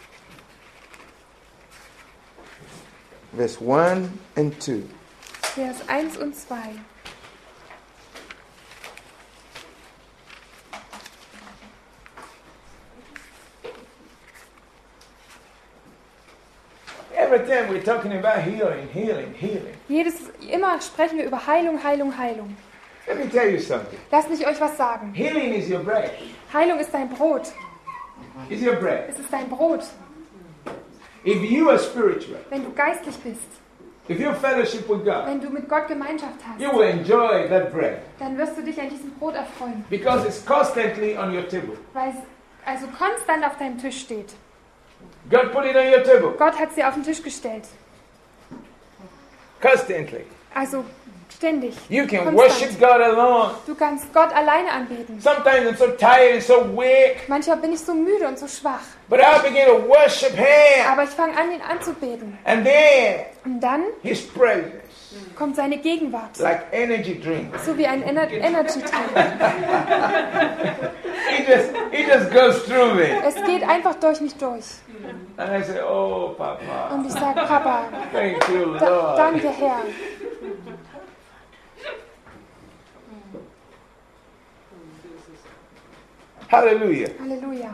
verse one and two. Vers eins und zwei. Every time we're talking about healing, healing, healing. Jedes, immer sprechen wir über Heilung, Heilung, Heilung. Let me tell you something. Lasst mich euch was sagen. Healing is your bread. Heilung ist dein Brot. It's your bread. Es ist dein Brot. If you are spiritual, Wenn du geistlich bist, If you fellowship with God, Wenn du mit Gott Gemeinschaft hast, you will enjoy that bread dann wirst du dich an diesem Brot erfreuen, because it's constantly on your table. weil es also konstant auf deinem Tisch steht. God put it on your table Gott hat sie auf den Tisch gestellt. constantly. Also ständig. You can Konstant. worship God alone. Du kannst Gott alleine anbeten. Sometimes I'm so tired and so weak, Manchmal bin ich so müde und so schwach. but I begin to worship Him. Aber ich fange an, ihn anzubeten. And then Und dann His presence, kommt seine Gegenwart. like energy drink, So wie ein Ener Energy Drink. it just it just goes through me. Es geht einfach durch mich durch. And I say, oh, Papa, Und ich sage, Papa, thank you, da, Lord. danke Herr. Hallelujah. Halleluja.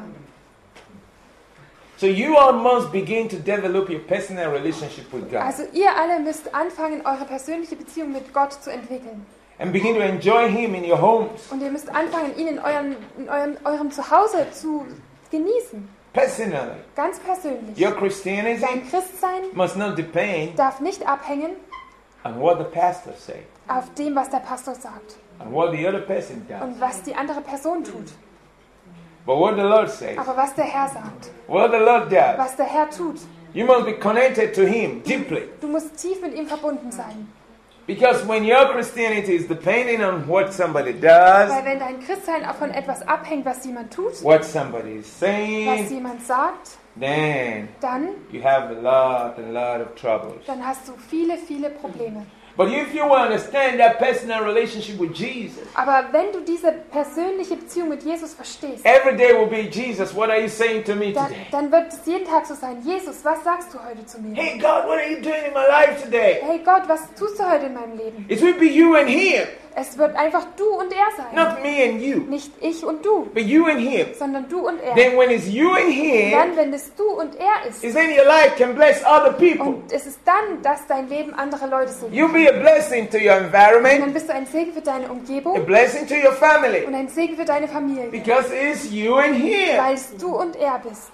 So you all must begin to develop your personal relationship with God Also ihr alle müsst anfangen, eure persönliche Beziehung mit Gott zu entwickeln. and begin to enjoy Him in your homes Und ihr müsst anfangen, ihn in, euren, in eurem, eurem Zuhause zu genießen. personally. Ganz persönlich. Your Christianity Dein Christsein must not depend darf nicht abhängen on what the pastor say, auf dem, was der Pastor sagt on what the other person does, und was die andere Person tut. but what the Lord says, Aber was der Herr sagt, what the Lord does. was der Herr tut. You must be connected to Him deeply. Du musst tief mit ihm verbunden sein. Because when your Christianity is depending on what somebody Weil does, wenn dein Christsein auch von etwas abhängt, was jemand tut, what somebody is was saying, jemand sagt, then dann, you have a lot, a lot of troubles. dann hast du viele, viele Probleme. But if you will understand that personal relationship with Jesus, Aber wenn du diese persönliche Beziehung mit Jesus verstehst, every day will be, Jesus, what are you saying to me dann, today? dann wird es jeden Tag so sein, Jesus, was sagst du heute zu mir? Hey God, what are you doing in my life today? Hey Gott, was tust du heute in meinem Leben? It will be you and Him, Es wird einfach du und er sein. not me and you, Nicht ich und du, but you and Him. sondern du und er. Then when it's you and Him, Dann, wenn es du und er ist, is then your life can bless other people. und es ist dann, dass dein Leben andere Leute segnet. You'll be a blessing to your Und environment, dann bist du ein Segen für deine a Umgebung blessing to your family, und ein Segen für deine Familie, because it's you and Him. weil es du und er bist.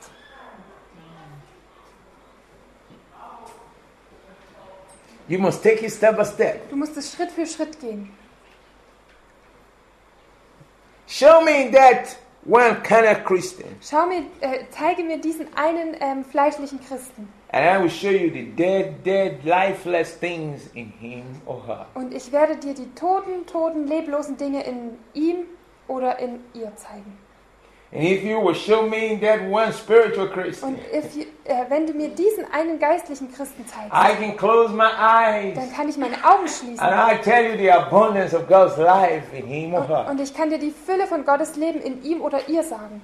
You must take it step by step. Du musst es Schritt für Schritt gehen. Show me that one kind of Christian, Schau mir, äh, zeige mir diesen einen ähm, fleischlichen Christen. and I will show you the dead, dead, lifeless things in him or her. Und ich werde dir die toten, toten, leblosen Dinge in ihm oder in ihr zeigen. And if you will show me that one spiritual Christian, Und if you, äh, wenn du mir diesen einen geistlichen Christen zeigst, I can close my eyes dann kann ich meine Augen schließen. and I tell you the abundance of God's life in him or Und, her. und ich kann dir die Fülle von Gottes Leben in ihm oder ihr sagen.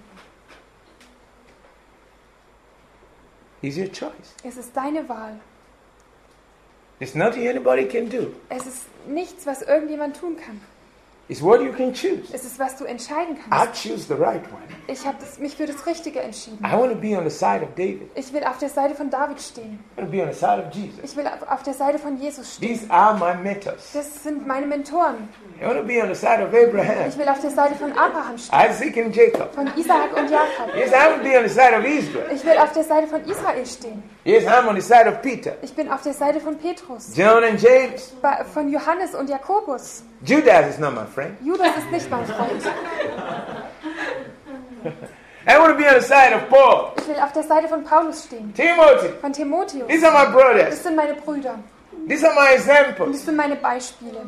It's your choice. Es ist deine Wahl. It's nothing anybody can do. Es ist nichts, was irgendjemand tun kann. It's what you can choose. Es ist, was du entscheiden I kannst. choose the right one. Ich habe mich für das Richtige entschieden. I want to be on the side of David. Ich will auf der Seite von David stehen. I want to be on the side of Jesus. Ich will auf auf der Seite von Jesus stehen. These are my mentors. Das sind meine Mentoren. I want to be on the side of Abraham, Ich will auf der Seite von Abraham stehen. Isaac, and Jacob. Von Isaak und Jakob. Yes, I want to be on the side of Israel. Ich will auf der Seite von Israel stehen. Yes, I'm on the side of Peter, Ich bin auf der Seite von Petrus. John, and James. Bei- Von Johannes und Jakobus. Judas is not my friend. Judas ist nicht mein Freund. I want to be on the side of Paul, Ich will auf der Seite von Paulus stehen. Timothy. Von Timotheus. These are my Das brothers. sind meine Brüder. These are my Und examples. das sind meine Beispiele.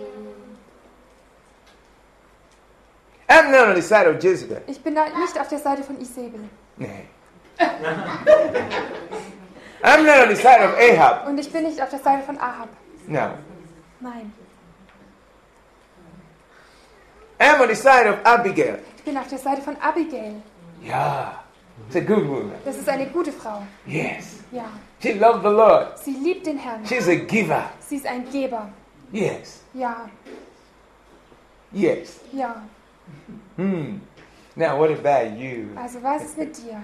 I'm not on the side of Jezebel. Ich bin da nicht auf der Seite von Isabel. No. I'm not on the side of Ahab. Und ich bin nicht auf der Seite von Ahab. No. Nein. I'm on the side of Abigail. Ich bin auf der Seite von Abigail. Yeah. It's a good woman. Das ist eine gute Frau. Yes. Ja. She loved the Lord. Sie liebt den Herrn. She's a giver. Sie ist ein Geber. Yes. Ja. Yes. Ja. Hmm. Now, what about you? Also was ist mit dir?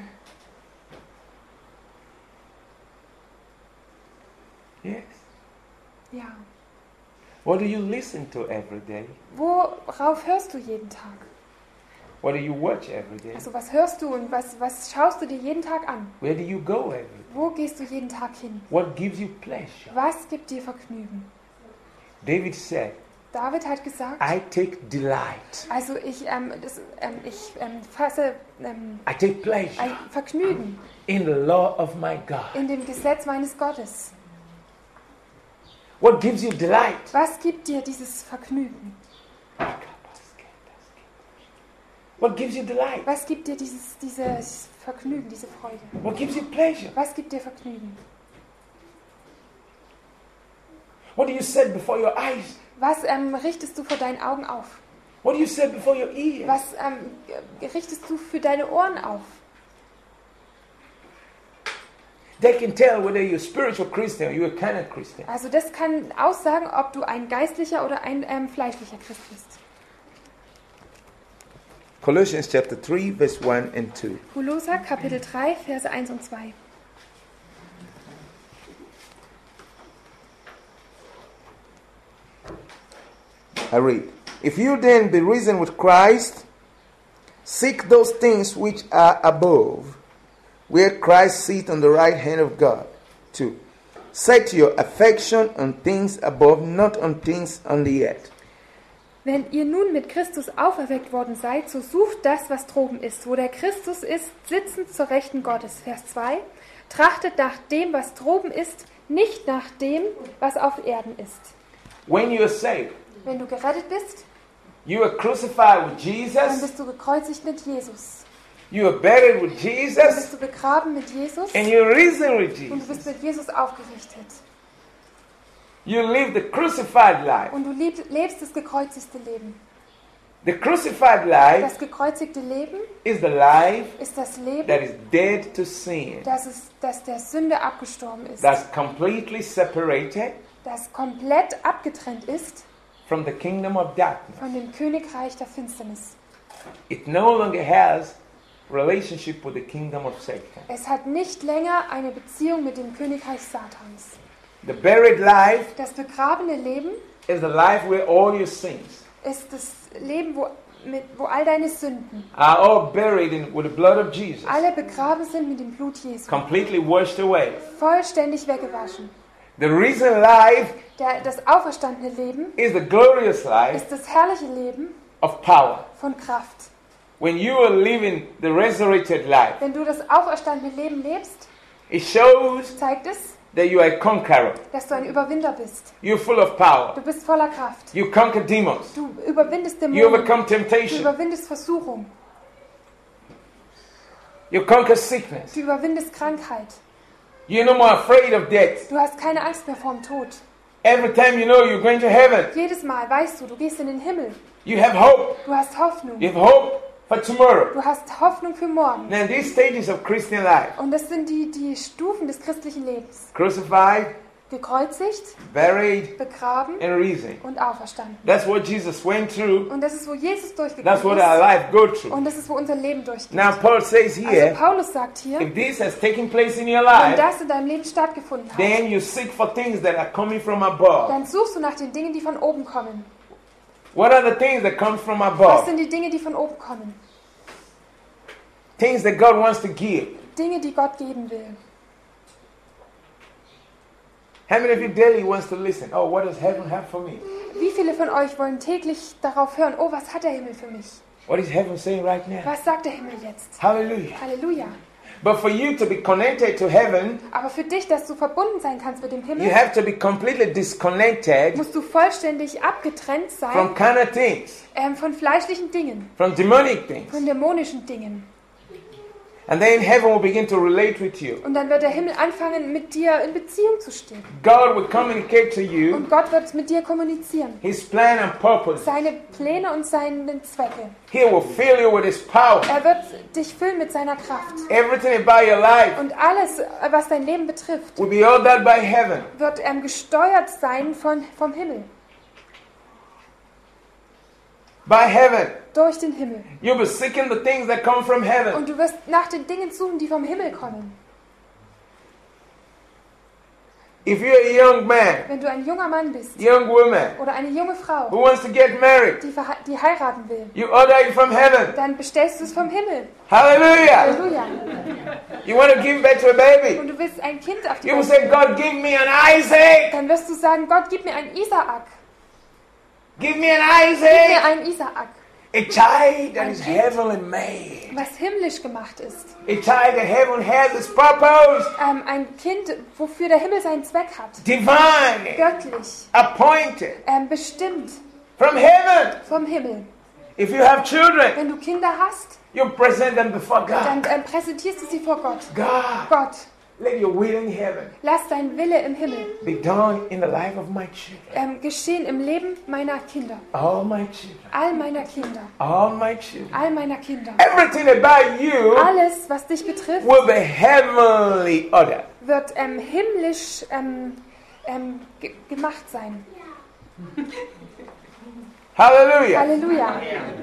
Yes. Ja. What do you listen to every day? Worauf hörst du jeden Tag? What do you watch every day? Also was hörst du und was, was schaust du dir jeden Tag an? Where do you go every day? Wo gehst du jeden Tag hin? What gives you pleasure? Was gibt dir Vergnügen? David said, David hat gesagt, I take delight. also ich, ähm, das, ähm, ich ähm, fasse ähm, I take pleasure ein Vergnügen in the law of my God. in dem Gesetz meines Gottes. What gives you delight? Was gibt dir dieses Vergnügen? What gives you delight? Was gibt dir dieses, dieses Vergnügen, diese Freude? What gives you pleasure? Was gibt dir Vergnügen? What do you set before your eyes? Was ähm, richtest du vor deinen Augen auf? What do you set before your ears? Was ähm, richtest du für deine Ohren auf? They can tell whether you're a spiritual Christian or you're a carnal Christian. Also das kann aussagen, ob du ein geistlicher oder ein ähm, fleischlicher Christ bist. Colossians chapter three, verse one and two. Kolosser Kapitel drei, Verse eins und zwei. I read, If you then be risen with Christ, seek those things which are above, where Christ sits on the right hand of God. two. Set your affection on things above, not on things on the earth. Wenn ihr nun mit Christus auferweckt worden seid, so sucht das, was droben ist, wo der Christus ist, sitzend zur Rechten Gottes. Vers zwei. Trachtet nach dem, was droben ist, nicht nach dem, was auf Erden ist. When you are saved, Wenn du gerettet bist, you are crucified with dann Jesus, bist du gekreuzigt mit Jesus. you are buried with Dann Jesus, bist du begraben mit Jesus and you're risen with und du Jesus. bist mit Jesus aufgerichtet. You live the crucified life. Und du lieb, lebst das gekreuzigte Leben. The crucified life Das gekreuzigte Leben is the life ist das Leben, that is dead to sin, das, ist, das der Sünde abgestorben ist, that's completely separated das komplett abgetrennt ist from the kingdom of darkness. von dem Königreich der Finsternis. It no longer has relationship with the kingdom of Satan. Es hat nicht länger eine Beziehung mit dem Königreich Satans. The buried life Das begrabene Leben is the life where all your sins ist das Leben, wo, mit, wo all deine Sünden are all buried in, with the blood of Jesus, alle begraben sind mit dem Blut Jesu, completely washed away. vollständig weggewaschen. The risen life Der, das auferstandene Leben is the glorious life ist das herrliche Leben of power. von Kraft. When you are living the resurrected life, Wenn du das auferstandene Leben lebst, it shows zeigt es, that you are a conqueror. dass du ein Überwinder bist. You're full of power. Du bist voller Kraft. You conquer demons. Du überwindest You Dämonen. overcome Du temptation. überwindest Versuchung. You conquer sickness. Du überwindest Krankheit. You're no more afraid of death. Du hast keine Angst mehr vor dem Tod. Every time you know you're going to heaven, Jedes Mal weißt du, du gehst in den Himmel. you have hope. Du hast Hoffnung. You have hope for tomorrow. Du hast Hoffnung für morgen. Now, these stages of Christian life, Und das sind die, die Stufen des christlichen Lebens. crucified, Gekreuzigt, buried, begraben and risen. und auferstanden. That's what Jesus went through. Und das ist, wo Jesus That's durchgegangen what our ist. life go through. Und das ist, wo unser Leben durchgeht. Now, Paul says Also here, Paulus sagt hier, if this has taken place in your wenn life, das in deinem Leben stattgefunden hat, then you seek for things that are coming from above. dann suchst du nach den Dingen, die von oben kommen. What are the things that come from Was above? sind die Dinge, die von oben kommen? Things that God wants to give. Dinge, die Gott geben will. How many of you daily wants to listen? Oh, what does heaven have for me? Wie viele von euch wollen täglich darauf hören, oh, was hat der Himmel für mich? What is heaven saying right now? Was sagt der Himmel jetzt? Hallelujah. Halleluja. But for you to be connected to heaven, Aber für dich, dass du verbunden sein kannst mit dem you Himmel, have to be completely disconnected musst du vollständig abgetrennt from sein carnal things, ähm, von fleischlichen Dingen, from demonic things. von dämonischen Dingen. And then heaven will begin to relate with you. Und dann wird der Himmel anfangen, mit dir in Beziehung zu stehen. God will communicate to you Und Gott wird mit dir kommunizieren. His plan and purpose. Seine Pläne und seine Zwecke. He will fill you with His power. Er wird dich füllen mit seiner Kraft. Everything about your life Und alles, was dein Leben betrifft, will be ordered by heaven. wird ähm, gesteuert sein von, vom Himmel. By heaven. Durch den Himmel. You'll be seeking the things that come from heaven. Und du wirst nach den Dingen suchen, die vom Himmel kommen. If you're a young man, Wenn du ein junger Mann bist young woman oder eine junge Frau, who wants to get married, die, verhe- die heiraten will, you order it from heaven. dann bestellst du es vom Himmel. Hallelujah. Halleluja. You want to give birth to a baby. Und du willst ein Kind auf die You will Welt say, bringen. God, give me an Isaac. Dann wirst du sagen, Gott, gib mir einen Isaak. Give me an Gib mir Isaac. einen Isaak. A child that Ein is Kind. heavenly made. Was himmlisch gemacht ist. A child that heaven has its purpose. Ähm, ein Kind, wofür der Himmel seinen Zweck hat. Divine. Göttlich. Appointed. Ähm, bestimmt. From heaven. Vom Himmel. If you have children, Wenn du Kinder hast, you present them before dann God. ähm, präsentierst du sie vor Gott. God, Gott, let your will in heaven lass dein Wille im Himmel be done in the life of my children. ähm, geschehen im Leben meiner Kinder. All my children. All meiner Kinder. All my children. All meiner Kinder. Everything about you Alles, was dich betrifft, will be heavenly ordered. wird ähm, himmlisch ähm, ähm, ge gemacht sein. Hallelujah. Halleluja.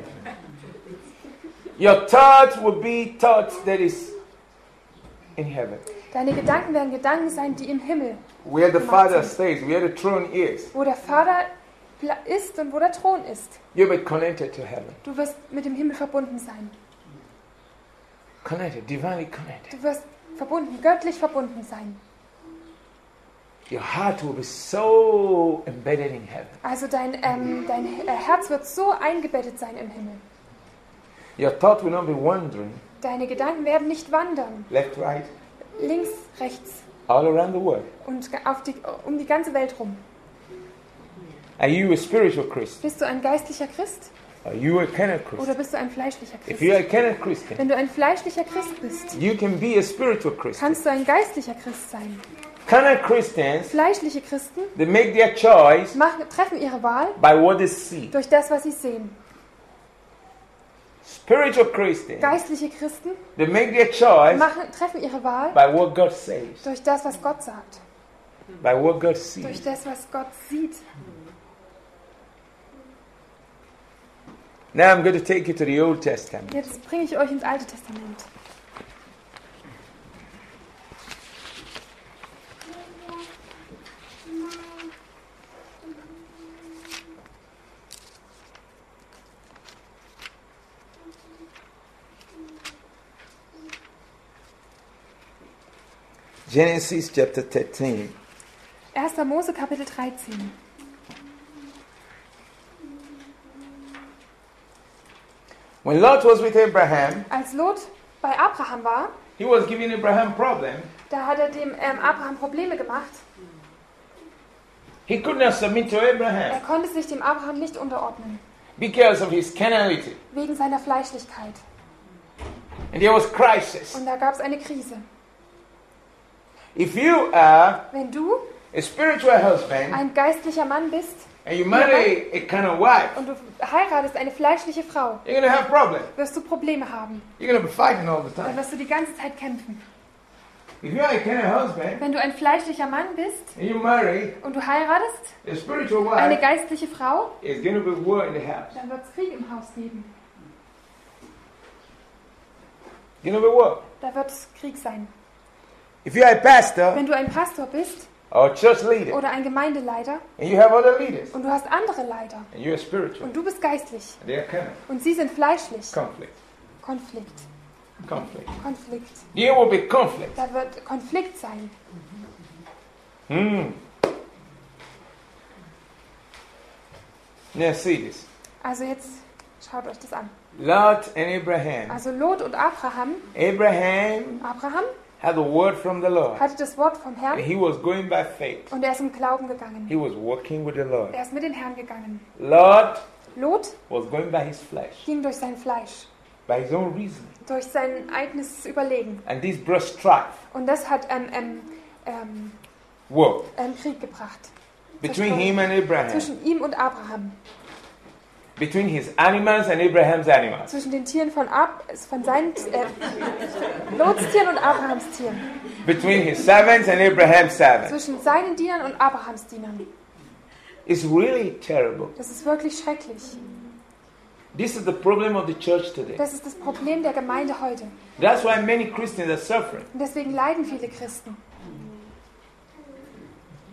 Your thoughts will be thoughts that is in heaven. Deine Gedanken werden Gedanken sein, die im Himmel, Where the Father stays, where the throne is. wo der Vater pla- ist und wo der Thron ist. You'll be connected to heaven. Du wirst mit dem Himmel verbunden sein. Connected, divinely connected. Du wirst verbunden, göttlich verbunden sein. Your heart will be so embedded in heaven. Also dein, ähm, dein äh, Herz wird so eingebettet sein im Himmel. Your thought will not be wandering Deine Gedanken werden nicht wandern. left, right, Links, rechts all around the world. und ga- auf die, um die ganze Welt rum. Are you a spiritual Christian? Bist du ein geistlicher Christ Are you a carnal Christian? oder bist du ein fleischlicher If Christ? you're a carnal Christian, Wenn du ein fleischlicher Christ bist, you can be a spiritual Christian. kannst du ein geistlicher Christ sein. Carnal Christians, Fleischliche Christen they make their choice machen, treffen ihre Wahl by what they see. durch das, was sie sehen. Spiritual Christians, Geistliche Christen they make their choice machen, treffen ihre Wahl by what God says, durch das, was Gott sagt. by what God Durch sees. das, was Gott sieht. Now I'm going to take you to the Old Testament. Jetzt bringe ich euch ins Alte Testament. Genesis chapter thirteen. erster Mose Kapitel dreizehn. When Lot was with Abraham, Als Lot bei Abraham war, he was giving Abraham problem. da hat er dem ähm, Abraham Probleme gemacht. He could not submit to Er Abraham konnte sich dem Abraham nicht unterordnen, because of his carnality. wegen seiner Fleischlichkeit. And there was crisis. Und da gab es eine Krise. If you are Wenn du a spiritual husband ein geistlicher Mann bist and you marry a carnal wife, und du heiratest eine fleischliche Frau, you're going to have problems. wirst du Probleme haben. You're going to be fighting all the Dann time. wirst du die ganze Zeit kämpfen. If you're a carnal husband Wenn du ein fleischlicher Mann bist and you marry und du heiratest a spiritual eine wife, geistliche Frau, it's going to be war in the house. dann wird es Krieg im Haus geben. It's going to be war. Da wird es Krieg sein. If you're a pastor Wenn du ein Pastor bist or a church leader oder ein Gemeindeleiter and you have other leaders und du hast andere Leiter and you're spiritual, und du bist geistlich and they're carnal, und sie sind fleischlich, conflict, Konflikt, conflict. Konflikt. There will be conflict. Da wird Konflikt sein. Hmm. Now see this. Also jetzt schaut euch das an. Lot and Abraham. Also Lot und Abraham. Abraham Abraham had a word from the Lord. hatte das Wort vom And Herrn he was going by faith. und er ist im Glauben gegangen. He was walking with the Lord. Er ist mit dem Herrn gegangen. Lot Lot was going by his flesh, ging durch sein Fleisch, by his own reasoning. durch sein eigenes Überlegen. And this brought strife, Und das hat ähm, ähm, ähm, war, ähm, Krieg gebracht. between him and Abraham. Zwischen ihm und Abraham. Between his animals and Abraham's animals. Zwischen den Tieren von, Ab von seinen, äh, Lots Tieren und Abrahams Tieren. Between his servants and Abraham's servants. Zwischen seinen Dienern und Abrahams Dienern. It's really terrible. Das ist wirklich schrecklich. This is the problem of the church today. Das ist das Problem der Gemeinde heute. That's why many Christians are suffering. Und deswegen leiden viele Christen.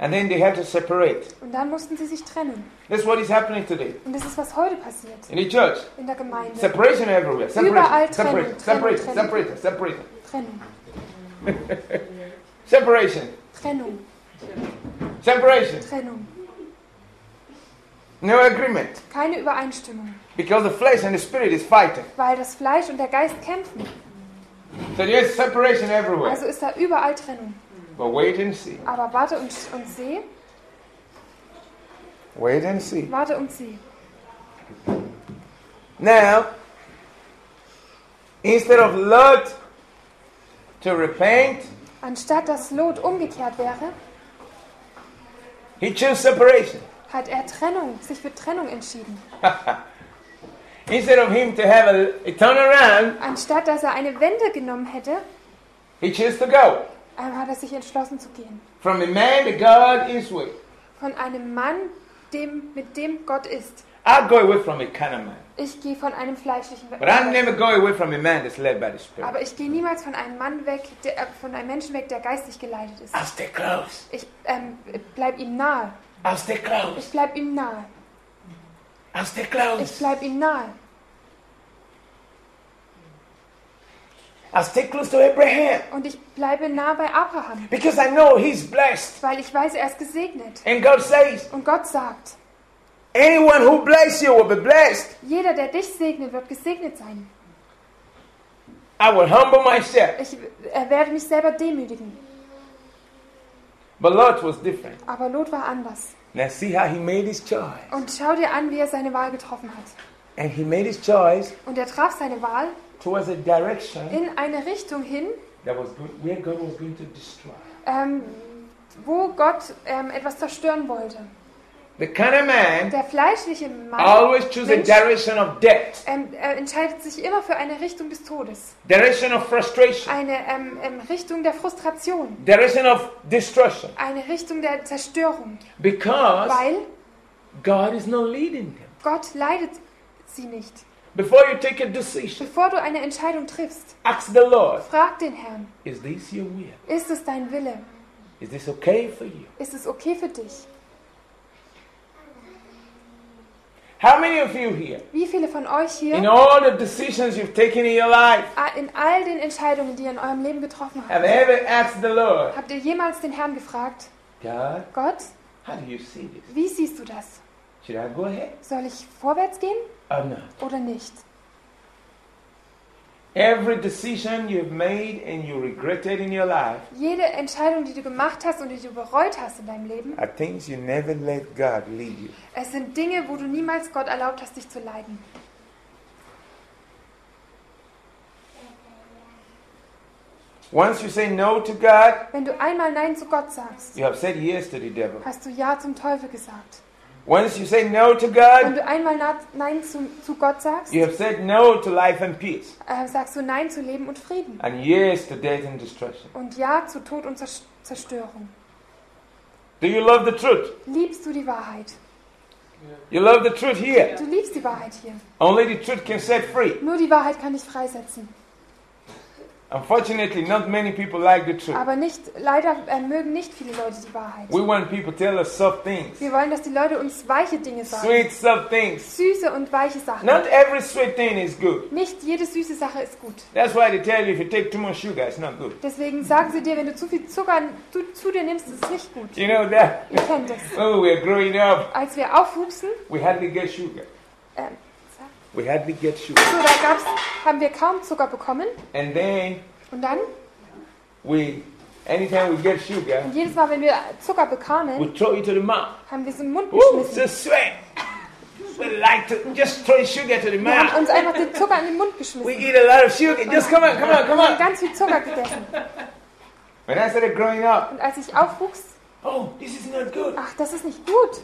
And then they had to separate. Und dann mussten sie sich trennen. That's what is happening today. Und das ist, was heute passiert. In the church. In der Gemeinde. Separation everywhere. Überall Separation. Trennung. Separation. Trennung, Separation. Trennung. Separation. Separation. Trennung. Separation. Trennung. No agreement. Keine Übereinstimmung. Because the flesh and the spirit is fighting. Weil das Fleisch und der Geist kämpfen. So there's separation everywhere. Also ist da überall Trennung. But wait and see. Aber warte und, und seh. Wait and see. Warte und sieh. Now, instead of Lot to repent, Anstatt dass Lot umgekehrt wäre, he chose separation. hat er Trennung, sich für Trennung entschieden. Instead of him to have a, a turnaround, Anstatt dass er eine Wende genommen hätte, he chose to go. ähm, hat er sich entschlossen zu gehen. From a man that God is with. Von einem Mann, dem, mit dem Gott ist. I go away from a kind of man. Ich gehe von einem fleischlichen But I never go away from a man that's led by the Spirit. Aber ich gehe niemals von einem Mann weg, der, äh, von einem Menschen weg, der geistig geleitet ist. I'll stay close. Ich ähm, bleib ihm nahe. I'll stay close. Ich bleib ihm nahe. I'll stay Ich close. bleib ihm nahe. I'll stay close to Abraham. Und ich bleibe nah bei Abraham. Because I know he's blessed. Weil ich weiß, er ist gesegnet. And God says, Und Gott sagt, anyone who bless you will be blessed. jeder, der dich segnet, wird gesegnet sein. I will humble myself. Ich äh, werde mich selber demütigen. But Lot was different. Aber Lot war anders. Now see how he made his choice. Und schau dir an, wie er seine Wahl getroffen hat. And he made his choice Und er traf seine Wahl towards a direction in eine Richtung hin, that was good, where God was going to destroy. ähm, wo Gott ähm, etwas zerstören wollte. The kind of man Der fleischliche Mann always choose a Mensch, direction of death, ähm, er entscheidet sich immer für eine Richtung des Todes. direction of frustration, Eine ähm, ähm, Richtung der Frustration. direction of destruction. Eine Richtung der Zerstörung. Because Weil God is not leading them. Gott leidet sie nicht. Before you take a decision, Bevor du eine Entscheidung triffst, ask the Lord, frag den Herrn, is this your will? ist es dein Wille? Is this okay for you? Ist es okay für dich? How many of you here, Wie viele von euch hier in all the decisions you've taken in your life, in all den Entscheidungen, die ihr in eurem Leben getroffen have habt, ever asked the Lord, habt ihr jemals den Herrn gefragt, God, Gott, how do you see this? wie siehst du das? Should I go ahead Soll ich vorwärts gehen or not? oder nicht? Every decision you've made and you regretted in your life Jede Entscheidung, die du gemacht hast und die du bereut hast in deinem Leben, are things you never let God lead you. es sind Dinge, wo du niemals Gott erlaubt hast, dich zu leiten. Once you say no to God, Wenn du einmal Nein zu Gott sagst, you have said yes to the devil. hast du Ja zum Teufel gesagt. Once you say no to Wenn God, du einmal Na- Nein zu, zu Gott sagst, you have said no to life and peace, äh, sagst du Nein zu Leben und Frieden. and yes to death and destruction. Und Ja zu Tod und Zers- Zerstörung. Do you love the truth? Liebst du die Wahrheit? You love the truth here. Du liebst die Wahrheit hier. Only the truth can set free. Nur die Wahrheit kann dich freisetzen. Unfortunately, not many people like the truth. Aber nicht, leider äh, mögen nicht viele Leute die Wahrheit. We want people to tell us soft things, Wir wollen, dass die Leute uns weiche Dinge sagen. sweet, soft things. Süße und weiche Sachen. Not every sweet thing is good. Nicht jede süße Sache ist gut. That's why they tell you if you take too much sugar, it's not good. Deswegen sagen sie dir, wenn du zu viel Zucker zu, zu dir nimmst, ist es nicht gut. You know that? Ihr kennt es. Oh, we're growing up. Als wir aufwuchsen, We hardly get sugar. ähm, We hardly get sugar. so, da gab's, haben wir kaum Zucker bekommen. And then Und dann, we, anytime we get sugar, und jedes Mal, wenn wir Zucker we bekamen, throw it to the mouth. haben wir es in den Mund Ooh, it's geschmissen. so sweet. We like to just throw sugar to the Wir haben mouth. uns einfach den Zucker in den Mund We geschmissen. eat a lot of sugar. Just come on, come on, come Wir haben on. ganz viel Zucker gegessen. When I started growing up, Und als ich aufwuchs, oh, this is not good. ach, das ist nicht gut.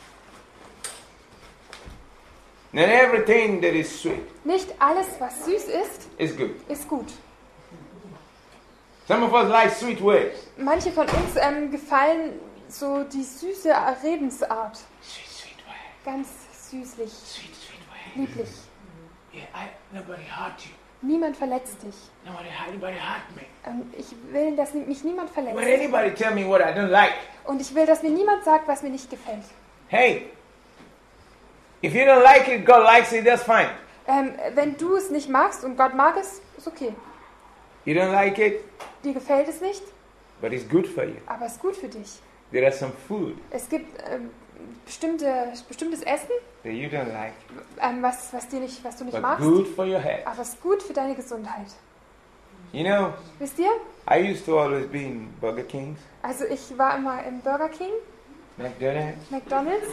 Not everything that is sweet Nicht alles, was süß ist, is good. ist gut. Some of us like sweet words. Manche von uns ähm, gefallen so die süße Redensart. Sweet, sweet words. Ganz süßlich, Sweet, sweet words. lieblich. Yeah, I, nobody hurt you. Niemand verletzt dich. Nobody, anybody hurt me. Ähm, ich will, dass mich niemand verletzt. When anybody tell me what I don't like. Und ich will, dass mir niemand sagt, was mir nicht gefällt. Hey, if you don't like it, God likes it, that's fine. Ähm, wenn du es nicht magst und Gott mag es, ist okay. You don't like it, Dir gefällt es nicht, but it's good for you. aber es ist gut für dich. There are some food Es gibt ähm, bestimmte, bestimmtes Essen, that you don't like, ähm, was, was, dir nicht, was du nicht but magst, good for your health. aber es ist gut für deine Gesundheit. You know, Wisst ihr? I used to always be in Burger Kings, Also ich war immer im Burger King, McDonald's. McDonald's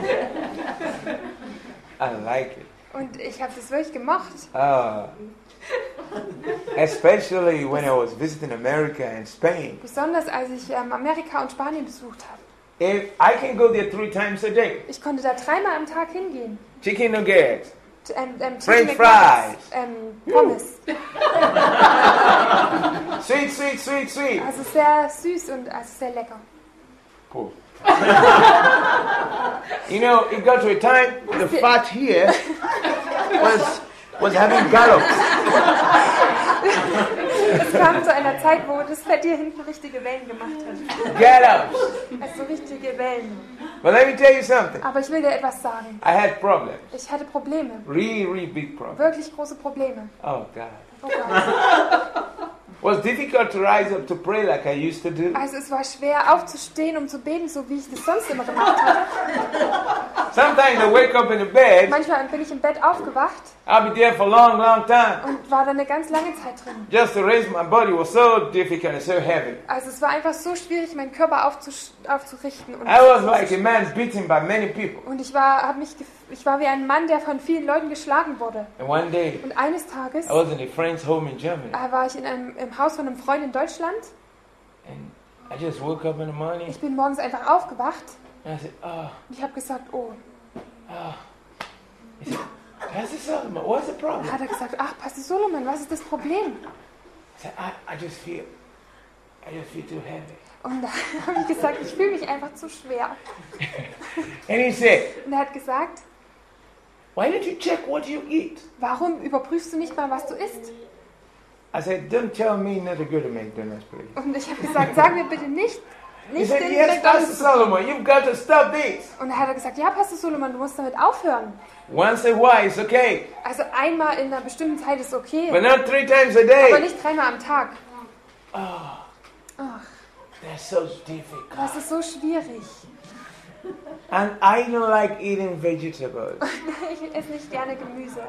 I like it. und ich habe das wirklich gemocht. Uh, especially when I was visiting America and Spain. Besonders als ich ähm, Amerika und Spanien besucht habe. If I can go there three times a day. Ich konnte da dreimal am Tag hingehen. Chicken nuggets, Ähm, ähm, French Chicken McNuggets, ähm, Pommes. sweet, sweet, sweet, sweet. Also sehr süß und also sehr lecker. Cool. You know, it got to a time the fat here was was having gallops. Es kam zu einer Zeit, wo das Fett hier hinten richtige Wellen gemacht hat. Gallops. Also richtige Wellen. But let me tell you something. Aber ich will dir etwas sagen. I had problems. Ich hatte Probleme. Really, really big problems. Wirklich große Probleme. Oh God. Oh Gott. It was difficult to rise up to pray like I used to do. Also es war schwer aufzustehen, um zu beten, so wie ich das sonst immer gemacht habe. Sometimes I wake up in the bed. Manchmal bin ich im Bett aufgewacht I'll be there for a long, long time. und war da eine ganz lange Zeit drin. Just to raise my body was so difficult and so heavy. Also es war einfach so schwierig, meinen Körper aufzusch- aufzurichten. Und, I was like a man beaten by many people. und ich war, hab mich, gef- ich war wie ein Mann, der von vielen Leuten geschlagen wurde. And one day, Und eines Tages I was in a friend's home in Germany. äh, war ich in einem, im Haus von einem Freund in Deutschland. And I just woke up in the morning Ich bin morgens einfach aufgewacht and I said, oh, und ich habe gesagt, oh. oh. He said, Pastor Solomon, what's the problem? Dann hat er gesagt, ach, Pastor Solomon, was ist das Problem? I said, I, I just feel, I just feel too heavy. Und da habe ich gesagt, ich fühle mich einfach zu schwer. And he said, Und er hat gesagt, why don't you check what you eat? warum überprüfst du nicht mal, was du isst? I said, don't tell me not to go to McDonald's, please. Und ich habe gesagt, sag mir bitte nicht, He nicht said, in yes, Pastor McDonald's. Solomon, you've got to stop this. Und dann hat er gesagt, ja, Pastor Solomon, du musst damit aufhören. Once a while, it's okay. Also einmal in einer bestimmten Zeit ist okay, But not three times a aber day. nicht dreimal am Tag. Oh, Ach, that's so difficult. das ist so schwierig. And I don't like eating vegetables. Ich esse nicht gerne Gemüse.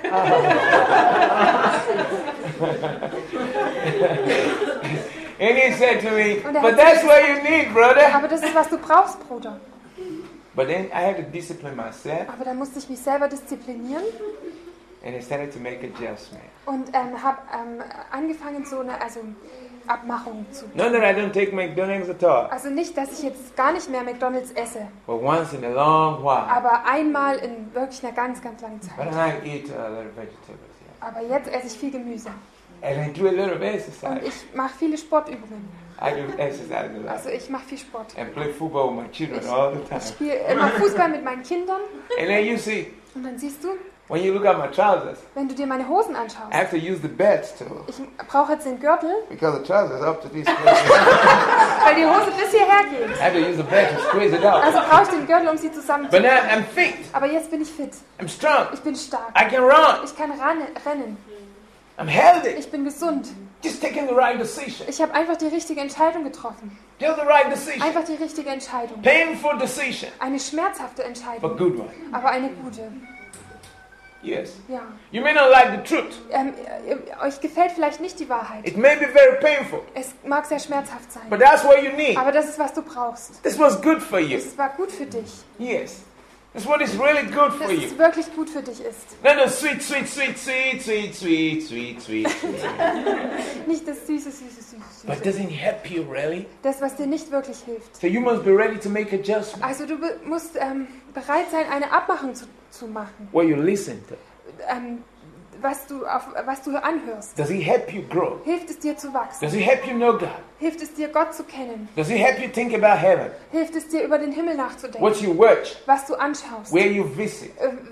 And he said to me, Und er but hat that's gesagt, what you need, brother. Aber das ist, was du brauchst, Bruder. But then I had to discipline myself, Aber dann musste ich mich selber disziplinieren and I started to make adjustments. und ähm, habe ähm, angefangen, so eine also Abmachung zu Not that I don't take McDonald's at all, Also nicht, dass ich jetzt gar nicht mehr McDonald's esse, but once in a long while. aber einmal in wirklich einer ganz, ganz langen But Zeit. I eat a lot of vegetables. Yeah. Aber jetzt esse ich viel Gemüse. And I do a lot of Und exercise. ich mache viele Sportübungen. I do exercise a lot. Also ich mache viel Sport. And play football with my children Ich, all the time. ich spiele immer Fußball mit meinen Kindern. And then you see, Und dann siehst du, when you look at my trousers, wenn du dir meine Hosen I anschaust, have to use the belt too. ich brauche jetzt den Gürtel, Because the trousers up to this place. weil die Hose bis hierher geht. I have to use the belt to squeeze it out. Also brauche ich den Gürtel, um sie But zusammenzuziehen. now I'm fit. Aber jetzt bin ich fit. I'm strong. Ich bin stark. I can run. Ich kann ran- rennen. I'm healthy. Ich bin gesund. Just taking the right decision. Ich habe einfach die richtige Entscheidung getroffen. Just the right decision. Einfach die richtige Entscheidung. Painful decision, Eine schmerzhafte but Entscheidung, good one. aber eine gute. Yes. Ja. You may not like the truth. Ähm, ihr- euch gefällt vielleicht nicht die Wahrheit. It may be very painful, Es mag sehr schmerzhaft sein. but that's what you need. Aber das ist, was du brauchst. This was good for you. Es war gut für dich. Yes. That's what is really good for Dass you. es wirklich gut für dich ist. Not the sweet, sweet, sweet, sweet, sweet, sweet, sweet, sweet, sweet. Nicht das Süße, Süße, Süße, But Süße. doesn't help you really. Das, was dir nicht wirklich hilft. So you must be ready to make adjustments. Also du be- musst ähm, bereit sein, eine Abmachung zu, zu machen. What you listen to. Ähm, was, du auf, was du anhörst. Does it help you grow? Hilft es dir zu wachsen? Does it help you know God? Hilft es dir, Gott zu kennen? Does it help you think about heaven? Hilft es dir, über den Himmel nachzudenken? What you watch? Was du anschaust? Where you visit? Äh,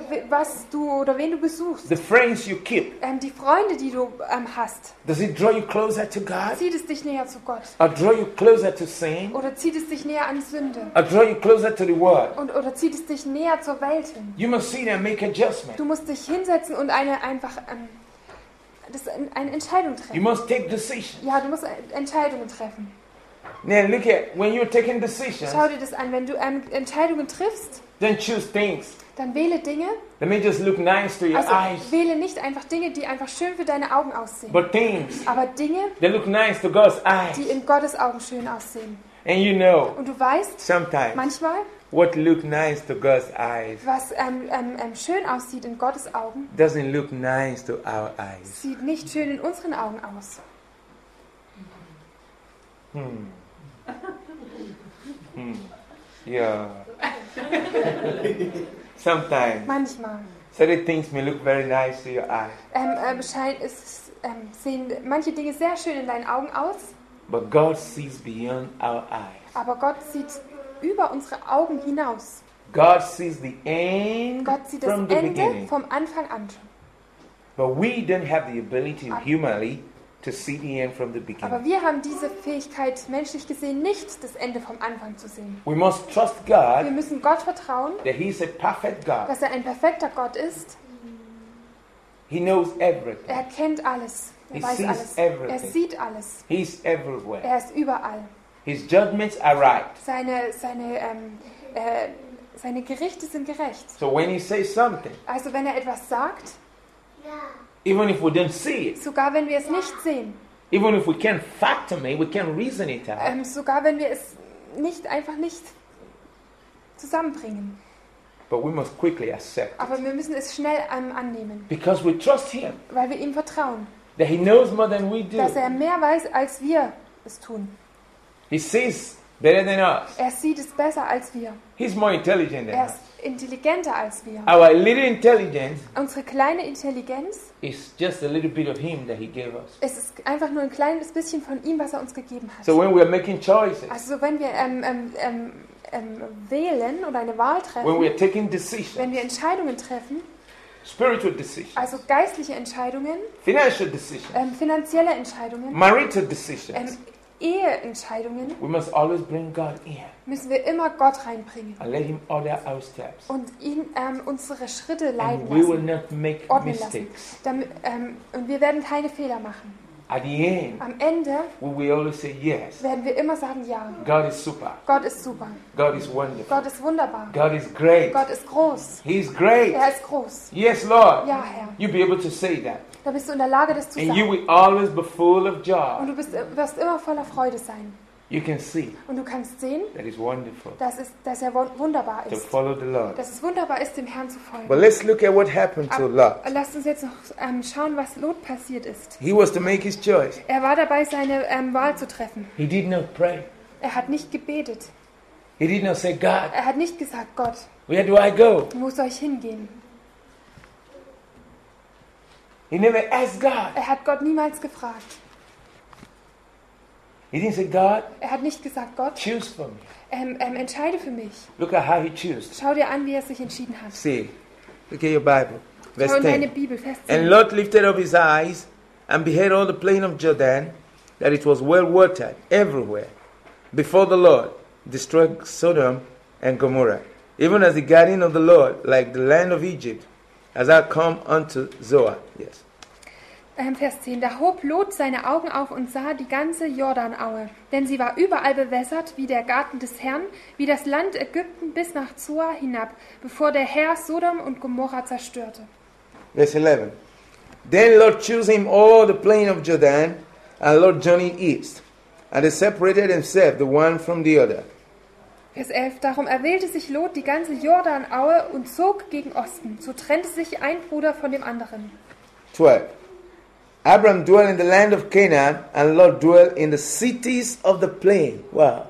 was du oder wen du besuchst, the friends you keep, ähm, die Freunde, die du ähm, hast, does it draw you closer to God? zieht es dich näher zu Gott? Or draw you closer to sin? Oder zieht es dich näher an Sünde? Or draw you closer to the world? Und, oder zieht es dich näher zur Welt hin? You must sit and make adjustment. Du musst dich hinsetzen und eine einfach ähm, das, eine Entscheidung You treffen. must take decisions. Ja, du musst Entscheidungen treffen. Now look at when you're taking decisions, Schau dir das an. Wenn du ähm, Entscheidungen triffst, then choose things dann wähle Dinge. that may just look nice to your Also eyes, wähle nicht einfach Dinge, die einfach schön für deine Augen aussehen. but things Aber Dinge, that look nice to God's eyes. die in Gottes Augen schön aussehen. And you know, Und du weißt, sometimes manchmal, what look nice to God's eyes was ähm, ähm, ähm, schön aussieht in Gottes Augen, doesn't look nice to our eyes. sieht nicht schön in unseren Augen aus. Hmm. Hmm. Yeah. Sometimes Manchmal certain things may look very nice to your eyes, ähm, ähm, scheint, es, ähm, sehen manche Dinge sehr schön in deinen Augen aus, but God sees beyond our eyes. aber Gott sieht über unsere Augen hinaus. God sees the end Gott sieht das from the Ende beginning. vom Anfang an. But we don't have the ability humanly to see the end from the beginning. Aber wir haben diese Fähigkeit, menschlich gesehen, nicht das Ende vom Anfang zu sehen. We must trust Wir God müssen Gott vertrauen, that He is a perfect God. dass er ein perfekter Gott ist. He knows everything. Er kennt alles. Er He weiß sees alles. Er everything. sieht alles. He's everywhere. Er ist überall. His judgments are right. Seine, seine, ähm, äh, seine Gerichte sind gerecht. So when He says something, Also wenn er etwas sagt, even if we don't see it, sogar wenn wir es nicht sehen, even if we can't fathom it, we can't reason it out, ähm, sogar wenn wir es nicht einfach nicht zusammenbringen. but we must quickly accept it. Aber wir müssen es schnell ähm, annehmen, Because we trust Him, weil wir ihm vertrauen, that He knows more than we do. dass er mehr weiß, als wir es tun. He sees better than us. Er sieht es besser als wir. He's more intelligent than Er us. ist intelligenter als wir. Our little intelligence Unsere kleine Intelligenz, is just a little bit of Him that He gave us. es ist einfach nur ein kleines bisschen von ihm, was er uns gegeben hat. So when we're making choices, Also wenn wir ähm, ähm, ähm, ähm, wählen oder eine Wahl when treffen, we're taking decisions, wenn wir Entscheidungen treffen, spiritual decisions, also geistliche Entscheidungen, financial decisions, ähm, finanzielle Entscheidungen, marital ähm, decisions, Eheentscheidungen, we must always bring God in müssen wir immer Gott reinbringen and let Him order our steps. und ihn ähm, unsere Schritte And leiten we will lassen, not make ordnen lassen. mistakes. Damit, ähm, und wir werden keine Fehler machen. At the end, Am Ende we will always say, yes, werden wir immer sagen, ja, God is super. Gott ist super, God is wonderful. Gott ist wunderbar, God is great. Gott ist groß, He's great. er ist groß. Yes, Lord. Ja, Herr. You'll be able to say that. Da bist du in der Lage, das zu And you sagen. will always be full of Und joy. du bist, wirst immer voller Freude sein. You can see Und du kannst sehen, that it's wonderful dass, es, dass er wun- wunderbar to ist. follow the Lord. Dass es wunderbar ist, dem Herrn zu folgen. But let's look at what happened to Lot. Aber lasst uns jetzt noch ähm, schauen, was Lot passiert ist. He was to make his choice. Er war dabei, seine ähm, Wahl zu treffen. He did not pray. Er hat nicht gebetet. He did not say, God, Er hat nicht gesagt, Gott, where do I go? wo soll ich hingehen? He never asked God. Er hat Gott niemals gefragt. He didn't say, God, Er hat nicht gesagt, Gott, choose for me. ähm, ähm, entscheide für mich. Look at how he chose. Schau dir an, wie er sich entschieden hat. See, look at your Bible. Schau Verse in deine ten. Bibel, Vers And zehn. Lot lifted up his eyes and beheld all the plain of Jordan, that it was well watered everywhere before the Lord, destroyed Sodom and Gomorrah, even as the garden of the Lord, like the land of Egypt, as I come unto Zoar. Yes. Ähm, Vers zehn. Da hob Lot seine Augen auf und sah die ganze Jordanaue, denn sie war überall bewässert wie der Garten des Herrn, wie das Land Ägypten bis nach Zoar hinab, bevor der Herr Sodom und Gomorra zerstörte. Verse eleven. Then Lot chose him all the plain of Jordan, and Lot journeyed east, and they separated themselves the one from the other. Vers elf. Darum erwählte sich Lot die ganze Jordanaue und zog gegen Osten. So trennte sich ein Bruder von dem anderen. twelve. Abram dwelt in the land of Canaan, and Lot dwelt in the cities of the plain. Wow.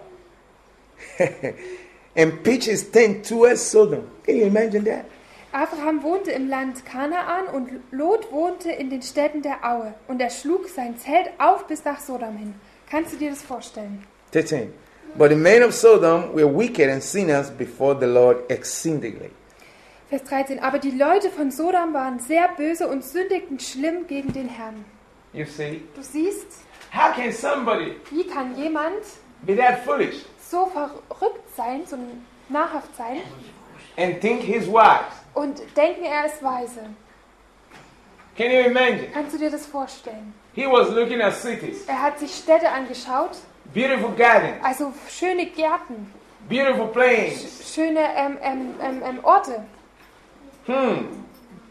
And pitched his tent towards Sodom. Can you imagine that? Abraham wohnte im Land Kanaan und Lot wohnte in den Städten der Aue. Und er schlug sein Zelt auf bis nach Sodom hin. Kannst du dir das vorstellen? thirteen. But the men of Sodom were wicked and sinners before the Lord exceedingly. Vers dreizehn. Aber die Leute von Sodom waren sehr böse und sündigten schlimm gegen den Herrn. You see? Du siehst, How can somebody wie kann jemand be that foolish so verrückt sein, so nahrhaft sein and think he's wise? und denken, er ist weise? Can you imagine? Kannst du dir das vorstellen? He was looking at cities, Er hat sich Städte angeschaut, beautiful gardens, also schöne Gärten, beautiful plains. sch- schöne ähm, ähm, ähm, ähm, Orte. Hmm.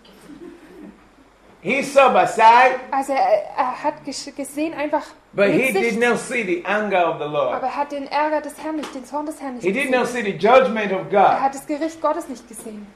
He saw by sight, Also er, er hat gesch- gesehen einfach but he mit did Sicht, not see the anger of the Lord. aber er hat den Ärger des Herrn nicht, den Zorn des Herrn nicht He did not gesehen. see the judgment of Er God. hat das Gericht Gottes nicht gesehen.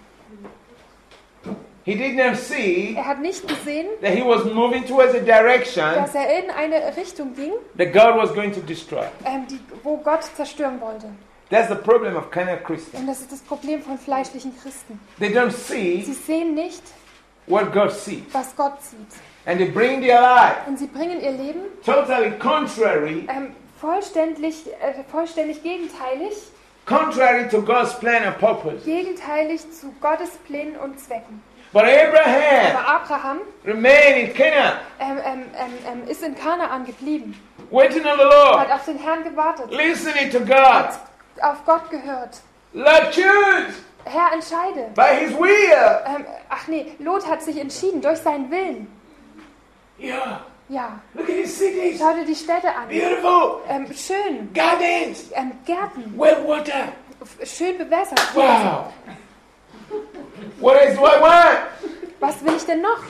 He did not see Er hat nicht gesehen, that he was moving towards a direction dass er in eine Richtung ging, that God was going to destroy. ähm, die, wo Gott zerstören wollte. That's the problem of carnal Christians. Und das ist das Problem von fleischlichen Christen. They don't Sie see sehen nicht, what God sees. was Gott sieht. And they bring their life Und sie bringen ihr Leben totally contrary, ähm, vollständig, äh, vollständig gegenteilig, contrary to God's plan and purpose. gegenteilig zu Gottes Plänen und Zwecken. But Abraham Aber Abraham remained in Canaan, ähm, ähm, ähm, ähm, ist in Kanaan geblieben, waiting on the hat Lord, auf den Herrn gewartet, listening to God. hat auf Gott gehört. Lord, choose Herr, entscheide. by His will. Ähm, ach nee, Lot hat sich entschieden durch seinen Willen. Yeah, Ja, look at these cities. schau dir die Städte an. Beautiful Ähm, schön, gardens, ähm, Gärten, well water. f- schön bewässert. Wow. What is what I want? Was will ich denn noch?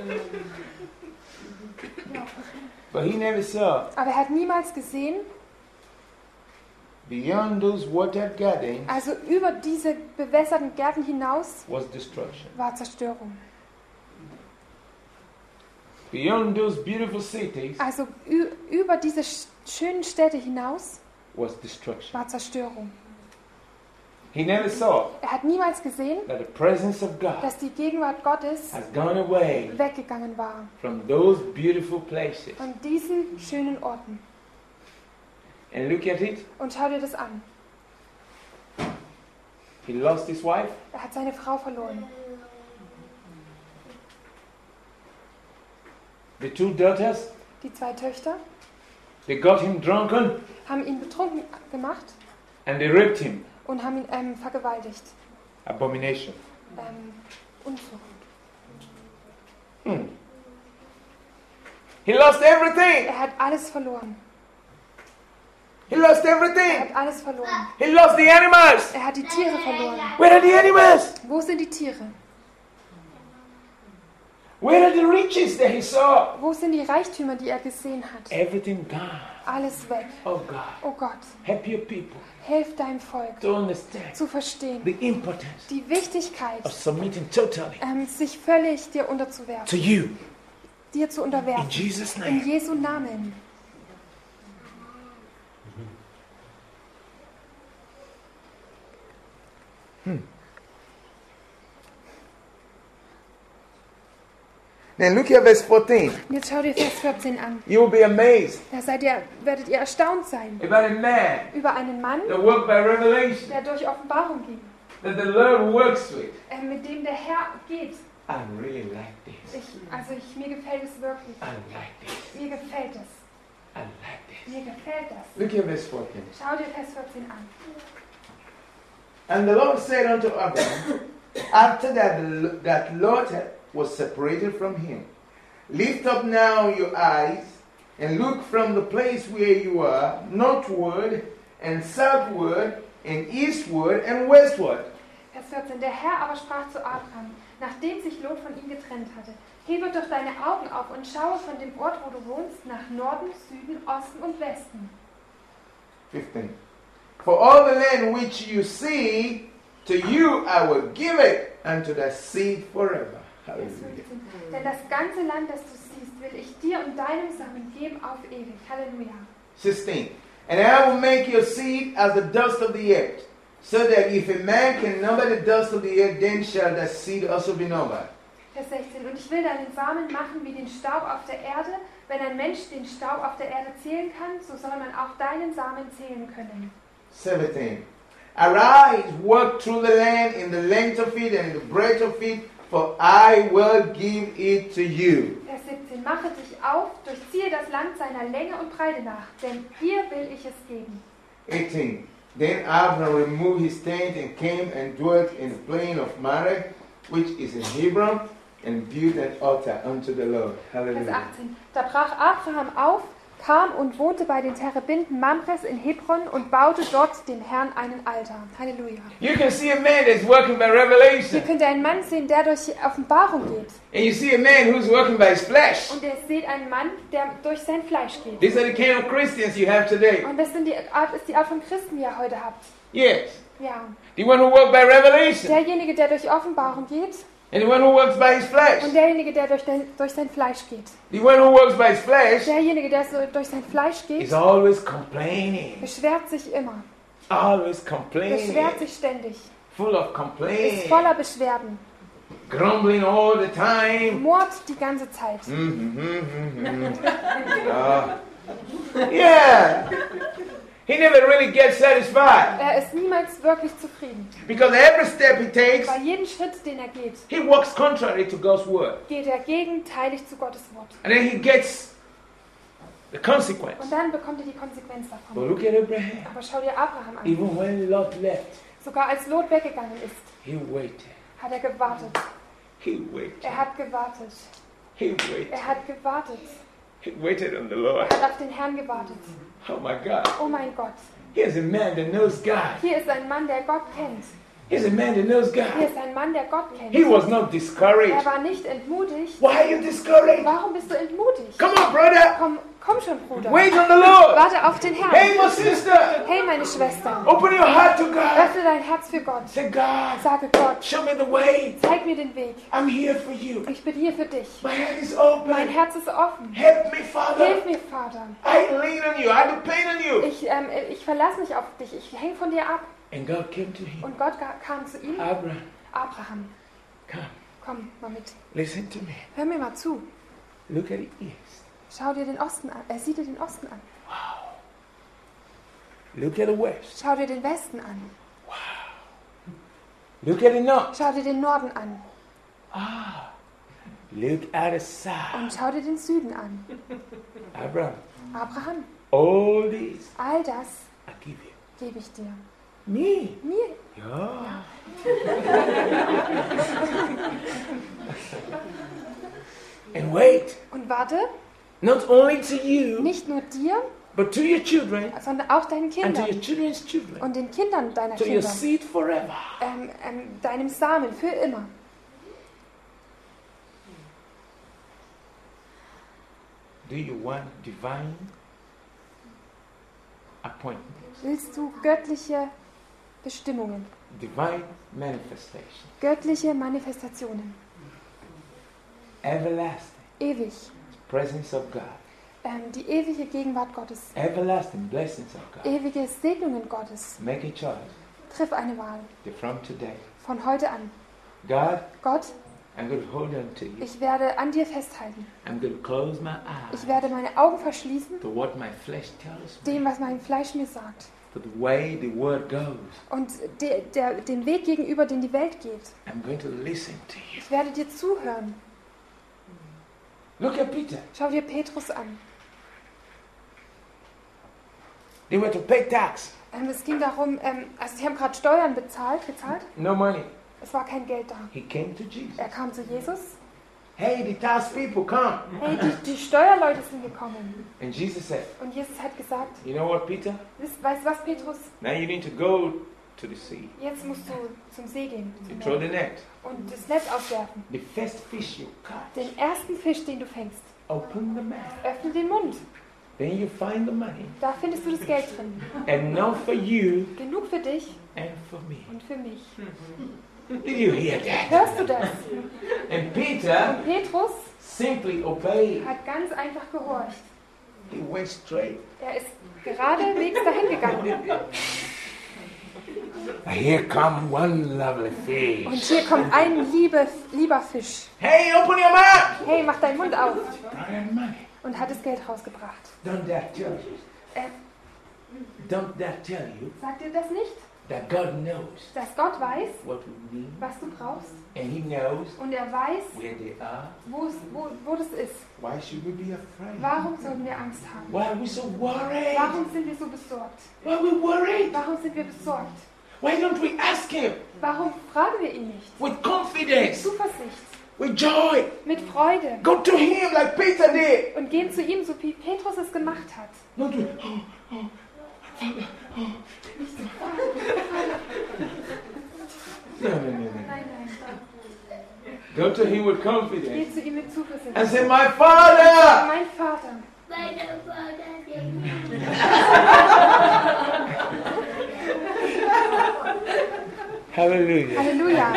But he never saw Aber er hat niemals gesehen, beyond those watered gardens also über diese bewässerten Gärten hinaus was destruction. war Zerstörung. Beyond those beautiful cities Also ü- über diese sch- schönen Städte hinaus was destruction. war Zerstörung. He never saw Er hat niemals gesehen, that the presence of God dass die Gegenwart Gottes has gone away weggegangen war from those beautiful places. von diesen schönen Orten. And look at it. Und schau dir das an. He lost his wife. Er hat seine Frau verloren. The two daughters, Die zwei Töchter they got him drunken haben ihn betrunken gemacht and they raped him. und haben ihn ähm, vergewaltigt. Abomination. Ähm, Unzucht. Hmm. He lost everything. Er hat alles verloren. He lost Er everything. hat alles verloren. He lost the animals. Er hat die Tiere verloren. Where are the animals? Wo sind die Tiere? Where are the riches that he saw? Wo sind die Reichtümer, die er gesehen hat? Everything gone. Alles weg. Oh God. Oh Gott, Help your people hilf deinem Volk to understand zu verstehen, the importance die Wichtigkeit, of submitting totally ähm, sich völlig dir to unterzuwerfen, you. dir zu In unterwerfen. Jesus' In name. Jesu Namen. Then look at verse fourteen. Und jetzt schau dir Vers vierzehn an. You will be amazed Da seid ihr, werdet ihr erstaunt sein about a man über einen Mann, that worked by revelation, der durch Offenbarung ging, that the Lord works with. äh, mit dem der Herr geht. I really like this. Ich, also ich, mir gefällt es wirklich. I like this. Mir gefällt es. I like this. Mir gefällt das. Look at verse fourteen. Schau dir Vers vierzehn an. And the Lord said unto Abraham, after that that Lot was separated from him, lift up now your eyes and look from the place where you are, northward and southward and eastward and westward. Vers vierzehn. Der Herr aber sprach zu Abraham, nachdem sich Lot von ihm getrennt hatte: Hebe doch deine Augen auf und schaue von dem Ort, wo du wohnst, nach Norden, Süden, Osten und Westen. fifteen. For all the land which you see, to you I will give it, and to thy seed forever. Vers Hallelujah. fünfzehn. Denn das ganze Land, das du siehst, will ich dir und deinem Samen geben auf ewig. Halleluja. sixteen. And I will make your seed as the dust of the earth, so that if a man can number the dust of the earth, then shall that seed also be numbered. Vers sechzehn. Und ich will deinen Samen machen wie den Staub auf der Erde. Wenn ein Mensch den Staub auf der Erde zählen kann, so soll man auch deinen Samen zählen können. seventeen. Arise, walk through the land in the length of it and in the breadth of it, for I will give it to you. Vers siebzehn. Mache dich auf, durchziehe das Land seiner Länge und Breite nach, denn dir will ich es geben. eighteen. Then Abram removed his tent and came and dwelt in the plain of Mamre, which is in Hebron, and built an altar unto the Lord. Vers Hallelujah. achtzehn. Da brach Abraham auf, kam und wohnte bei den Terebinden Mamres in Hebron und baute dort dem Herrn einen Altar. Halleluja. You can see a man that's working by Hier revelation, könnt ihr einen Mann sehen, der durch Offenbarung geht. and you see a man who's working by his flesh. Und ihr seht einen Mann, der durch sein Fleisch geht. These are the kind of Christians you have today. Und das sind die Art, ist die Art von Christen, die ihr heute habt. Yes. Ja. The one who works by revelation, Derjenige, der durch Offenbarung geht and the one who works by his flesh. und derjenige, der durch, de, durch sein Fleisch geht. The one who works by his flesh Derjenige, der so durch sein Fleisch geht, is always complaining, beschwert sich immer. always complaining, Beschwert sich ständig. full of Ist complaining, voller Beschwerden. grumbling all the time. Mord die ganze Zeit. Mhm, mhm, mhm. Ah. Yeah. He never really gets satisfied Er ist niemals wirklich zufrieden. because every step he takes, Bei jedem Schritt, den er geht, he walks contrary to God's word. geht er gegenteilig zu Gottes Wort. And then he gets the consequence. Und dann bekommt er die Konsequenz But davon. look at Abraham. Aber schau dir Abraham an. Even when Lot left, Sogar als Lot weggegangen ist, he waited. hat er gewartet. He waited. Er hat gewartet. He waited. Er hat gewartet. He waited on the Lord. Er hat auf den Herrn gewartet. Oh my God. Oh mein Gott. Here's a man that knows God. Hier ist ein Mann, der Gott kennt. Here's a man that knows Hier God. ist ein Mann, der Gott kennt. He was not discouraged. Er war nicht entmutigt. Why are you discouraged? Warum bist du entmutigt? Come on, brother. Komm, komm schon, Bruder. Wait on the Lord. Warte auf den Hey, Herrn. my sister. Hey, meine Schwester. Open your heart to God. Öffne dein Herz für Gott. Say, God, Sage Gott, show me the way. zeig mir den Weg. I'm here for you. Ich bin hier für dich. My hand is Mein open. Herz ist offen. Help me, Father. Hilf mir, Vater. I lean on you. I depend on you. Ich, ähm, ich verlasse mich auf dich. Ich hänge von dir ab. And God came to him. Und Gott ga- kam zu ihm. Abraham, Abraham, come. komm mal mit. Listen to me. Hör mir mal zu. Look at the east. Schau dir den Osten an. Er sieh dir den Osten an. Look at the west. Schau dir den Westen an. Look at the north. Schau dir den Norden an. Look at the south. Und schau dir den Süden an. Abraham, Abraham, all this all das I give you. gebe ich dir. Me? Mir. Yeah. And wait, Und warte, not only to you, nicht nur dir, but to your children sondern auch deinen and to your Kindern children's children, und den Kindern deiner to your Kinder. seed forever. Ähm, ähm, deinem Samen für immer. Do you want divine appointment, Willst du göttliche Bestimmungen, divine manifestation, göttliche Manifestationen, everlasting ewig, presence of God, ähm, die ewige Gegenwart Gottes, everlasting blessings of God? ewige Segnungen Gottes? Make a choice Triff eine Wahl from today. von heute an. God, Gott, I'm going to hold on to you. ich werde an dir festhalten. I'm going to close my eyes Ich werde meine Augen verschließen, to what my flesh tells me, dem, was mein Fleisch mir sagt. to the way the word goes. Und de, der, dem Weg gegenüber, den die Welt geht. I'm going to listen to you. Ich werde dir zuhören. Look at Peter. Schau dir Petrus an. They were to pay tax. Ähm, es ging darum, ähm, also sie haben gerade Steuern bezahlt, gezahlt. No money. Es war kein Geld da. He came to Jesus. Er kam zu Jesus. Hey, the tax people, come. Hey, die, die Steuerleute sind gekommen. And Jesus said, Und Jesus hat gesagt, you know what, Peter? weißt weißt du was, Petrus? Now you need to go to the sea. Jetzt musst du zum See gehen You zum throw Meer, the net. und das Netz auswerfen. The first fish you catch, Den ersten Fisch, den du fängst, open the mouth. öffne den Mund. Then you find the money. Da findest du das Geld drin. Enough for you Genug für dich and for me. und für mich. Did you hear that? Hörst du das? And Peter Petrus simply obeyed. hat ganz einfach gehorcht. He went straight. Er ist geradewegs dahin gegangen. Here come one lovely fish. Und hier kommt ein liebe, lieber Fisch. Hey, open your mouth. Hey, mach deinen Mund auf. Brought out money. Und hat das Geld rausgebracht. Don't that tell you? Äh, Don't that tell you sagt dir das nicht? that God knows dass Gott weiß, what we need, was du brauchst. and He knows Und er weiß, where they are. wo, es, wo, wo das ist. Why should we be afraid? Warum sollten wir Angst haben? Why are we so worried? Warum sind wir so besorgt? Why are we worried? Warum sind wir besorgt? Why don't we ask Him Warum fragen wir ihn nicht? with Mit confidence, Zuversicht, with joy? mit Freude Go to Him like Peter did. und gehen zu ihm, so wie Petrus es gemacht hat. Not to, oh, oh, Father, oh. No, no, no, no. Nein, nein. Go to Him with Geh confidence zu ihm mit Zuversicht. and say, My Father. Mein Vater. Hallelujah. Halleluja.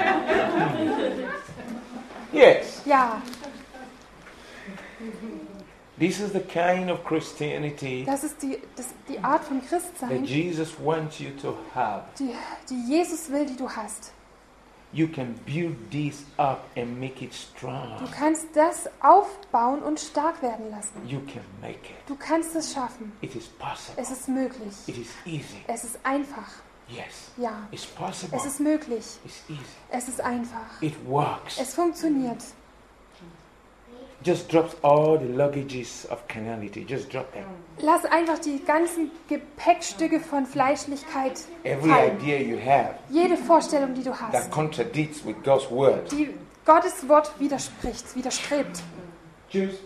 Yes. Ja, This is the kind of Christianity das ist die, das, die Art von that Christsein, Jesus wants you to have. die, die Jesus will, die du hast. You can build this up and make it Du strong. kannst das aufbauen und stark werden lassen. You can make it. Du kannst es schaffen. It is possible. Es ist möglich. It is easy. Es ist einfach. Yes. Ja, It's possible. es ist möglich. It's easy. Es ist einfach. It works. Es funktioniert. Just drop all the luggages of carnality. Just drop them. Lass einfach die ganzen Gepäckstücke von Fleischlichkeit Every fallen. idea you have Jede Vorstellung, die du that hast, contradicts with God's word. die Gottes Wort widerspricht, widerstrebt. Choose.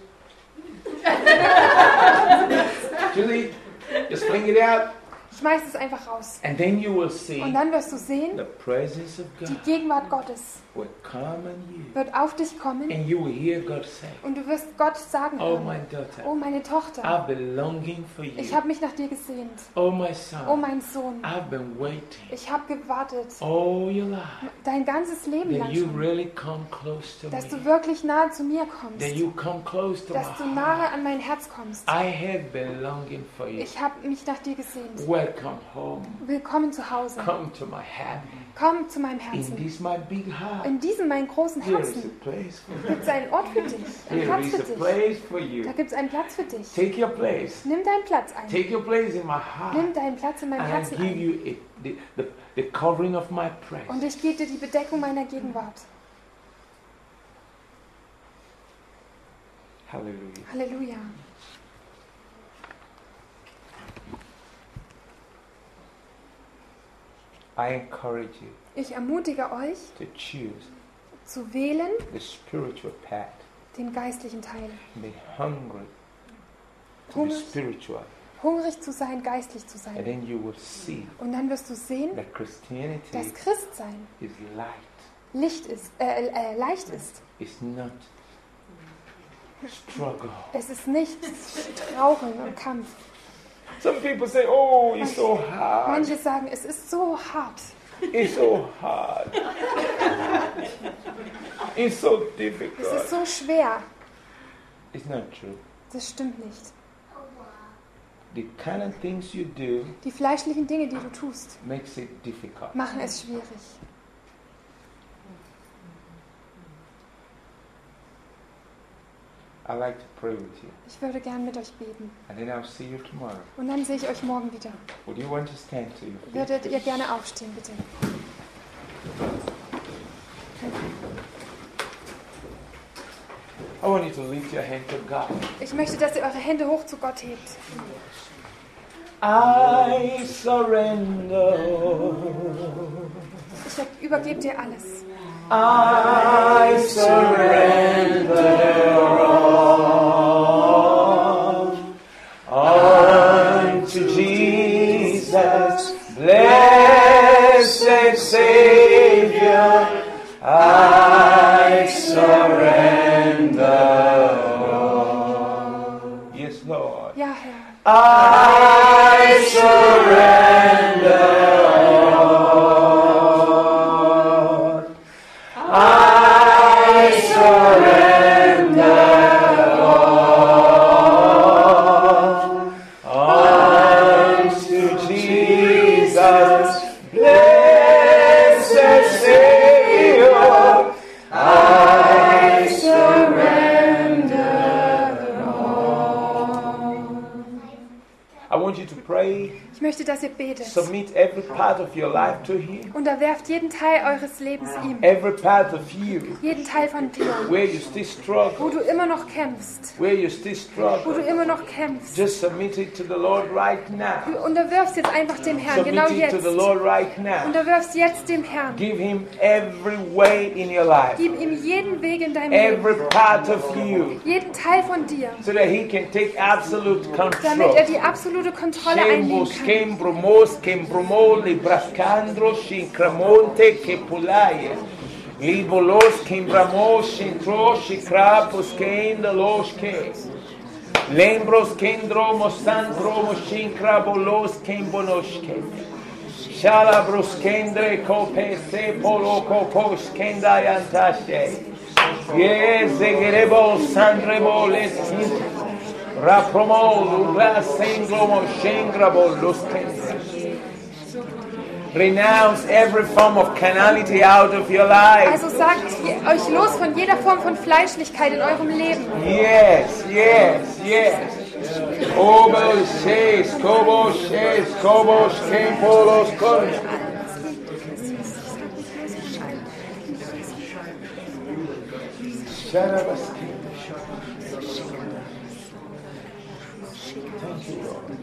Julie, just fling it out. Schmeiß es einfach raus. And then you will see Und dann wirst du sehen, the presence of die God Gegenwart Gottes will come on you. wird auf dich kommen And you will hear God say, und du wirst Gott sagen Oh, hören, my daughter, oh meine Tochter, I've been longing for ich you. habe mich nach dir gesehnt. Oh, my Oh son, mein Sohn, I've been waiting ich habe gewartet, all your life dein ganzes Leben that lang you schon, really come close to dass du me. wirklich nahe zu mir kommst, That you come close to my dass du nahe heart. an mein Herz kommst. I have been longing for you. Ich habe mich nach dir gesehnt. Welcome home. Willkommen zu Hause. Come to my heart. Komm zu meinem In Herzen. this my big heart. In diesem meinen großen Here is a Herzen place for you. gibt es einen Ort für dich, einen Here Platz is für a dich. place for Da you. gibt es einen Platz für dich. Take your place. Nimm deinen Platz ein. Take your place in my heart. Nimm deinen Platz in meinem And I Herzen give ein. you a, the, the, the covering of my Und presence. ich gebe dir die Bedeckung meiner Gegenwart. Hallelujah. Halleluja. I encourage you Ich ermutige euch, to choose zu wählen the spiritual path. den geistlichen Teil. Be hungry to be Hungrig, spiritual. hungrig zu sein, geistlich zu And sein. then you will see Und dann wirst du sehen, that Christianity dass Christsein is light. Licht ist, äh, äh, leicht ist. It's not struggle. Es ist nicht Straucheln und Kampf. Some people say, oh, it's so hard. Manche sagen, es ist so hart. It's so hard. It's so Es ist difficult. so schwer. It's not true. Das stimmt nicht. The kind of things you do Die fleischlichen Dinge, die du tust, makes it difficult. machen es schwierig. I like to pray with you. Ich würde gern mit euch beten. And then I'll see you tomorrow. Und dann sehe ich euch morgen wieder. Would you want to stand to your feet? Würdet ihr gerne aufstehen, bitte? I want you to lift your hand to God. Ich möchte, dass ihr eure Hände hoch zu Gott hebt. I surrender. Ich übergebe dir alles. I surrender all unto Jesus, blessed Savior. I surrender all. Yes, Lord. Ja, Herr. I surrender all. I surrender all unto Jesus, blessed to pray. Ich möchte, dass ihr betet. Submit every part of your life to Him. Unterwerft jeden Teil eures Lebens ihm. Every part of you. Jeden Teil von dir. Where you still Wo struggle. du immer noch kämpfst. Where you still Wo du struggle. immer noch kämpfst. Just submit it to the Lord right now. Du unterwirfst jetzt einfach dem Herrn. Genau Submit it to jetzt. the Lord right now. Unterwirfst jetzt dem Herrn. Give Him every way in your life. Gib ihm jeden Weg in deinem Leben. Every part of you. Jeden Teil von dir. So that He can take absolute Damit control. er die absolute Kontrolle einnehmen Chembos, kann. Chembromos, Chembromoli, Brascandros, Chincramonte, Kepulaye. Libolos, Chembramos, Chintros, Chikrapos, Kendalos, Ke. Lembros, Kendromos, Sandromos, Chinkrabolos, Kembonoske. Shalabros, Kendre, Kopese, Polo, Kokos, Kendayantashe. Yes, Zegerebo, Sandrebo, Lesint. Rapromo, Luglas, Senglomo, Shengrabo, Los Kendras. Renounce every form of carnality out of your life. Also sagt ihr- euch los von jeder Form von Fleischlichkeit in eurem Leben. Yes, yes, yes. Obos, Shes, Kobos, Shes, Kobos, Kempolos, Kos. Sharabaski. Thank you, Lord.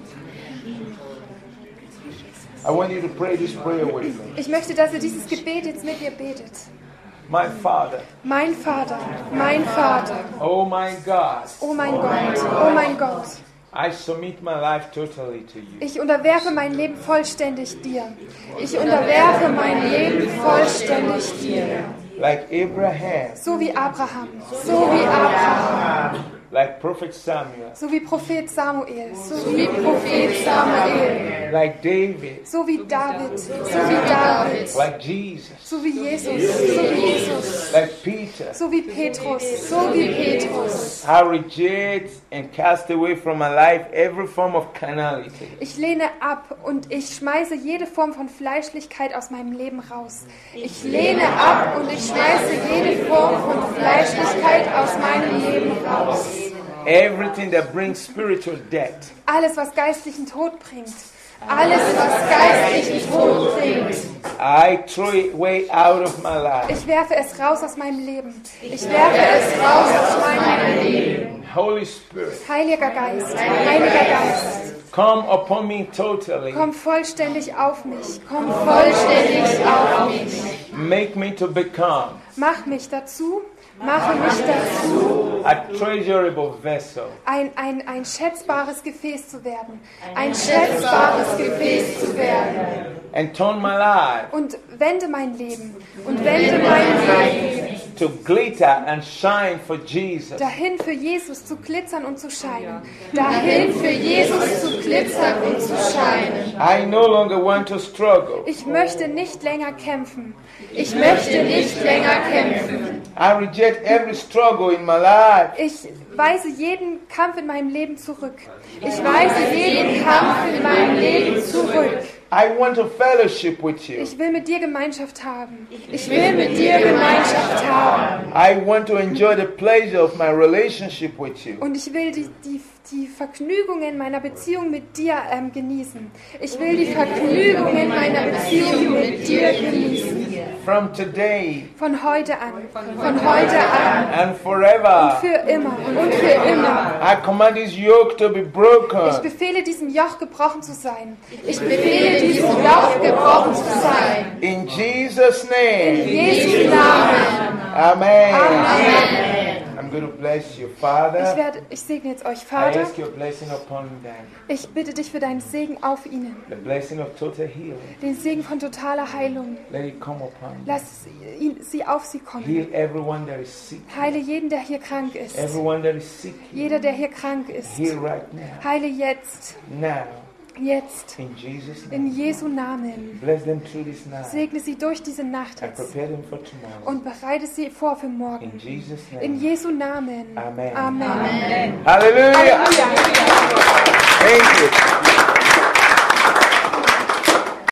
I want you to pray this prayer with me. Ich möchte, dass ihr dieses Gebet jetzt mit mir betet. My Father, Mein Vater, mein Vater, oh my God, oh mein Gott, oh mein Gott. I submit my life totally to you. Ich unterwerfe mein Leben vollständig dir. Ich unterwerfe mein Leben vollständig dir. Like Abraham, So wie Abraham, so wie Abraham, like Prophet Samuel, so wie Prophet Samuel, so wie Prophet Samuel, like David, so wie David, so wie David, like Jesus, so wie Jesus, so wie Jesus, like Peter. so wie Petrus, so wie Petrus. I reject and cast away from my life every form of carnality. Ich lehne ab und ich schmeiße jede Form von Fleischlichkeit aus meinem Leben raus. Ich lehne ab und ich schmeiße jede Form von Fleischlichkeit aus meinem Leben raus. Everything that brings spiritual death. Alles, was geistlichen Tod bringt. Alles, was geistlichen Tod bringt. I throw it way out of my life. Ich werfe es raus aus meinem Leben. Ich werfe es raus aus meinem Leben. Holy Spirit, Heiliger Geist, Heiliger Geist, come upon me totally. komm vollständig auf mich. Komm vollständig auf mich. Make me to become Mach mich dazu, mache mich dazu, a treasurable vessel. ein, ein, ein schätzbares Gefäß zu werden. Ein schätzbares Gefäß zu werden. And turn my life Und wende mein Leben. Und wende mein Leben to glitter and shine for Jesus. dahin für Jesus zu glitzern und zu scheinen. Dahin für Jesus zu glitzern und zu scheinen. I no longer want to struggle. Ich möchte nicht länger kämpfen. Ich möchte nicht länger kämpfen. I reject every struggle in my life. Ich weise jeden Kampf in meinem Leben zurück. Ich weise jeden Kampf in meinem Leben zurück. I want to fellowship with you. Ich will mit dir Gemeinschaft haben. Ich will mit dir Gemeinschaft haben. I want to enjoy the pleasure of my relationship with you. Und ich will die, die, die Vergnügungen meiner Beziehung mit dir ähm, genießen. Ich will die Vergnügungen meiner Beziehung mit dir genießen. From today Von heute an. Von heute an. and forever, Für immer. Und für immer. I command this yoke to be Ich broken. befehle diesem Joch gebrochen zu sein. Ich befehle diesem Joch gebrochen zu sein. In Jesus' name. Jesu Namen. Amen. Amen. I'm going to bless you, Ich, Father. werde, ich segne jetzt euch, I Vater. ask your blessing upon them. Ich bitte dich für deinen Segen auf ihnen. The blessing of total healing. Den Segen von totaler Heilung. Let it come upon them. Lass ihn, sie auf sie kommen. Heal everyone that is sick. Heile jeden, der hier krank ist. Everyone that is sick. Jeder, der hier krank ist. Heal right now. Heile jetzt. Now. Jetzt. In Jesus' In name. Jesu Namen. Bless them through this night. Segne sie durch diese Nacht And jetzt. prepare them for tomorrow. Und bereite sie vor für In morgen. Jesus' In name. Jesu Namen. Amen. Amen. Hallelujah. Halleluja.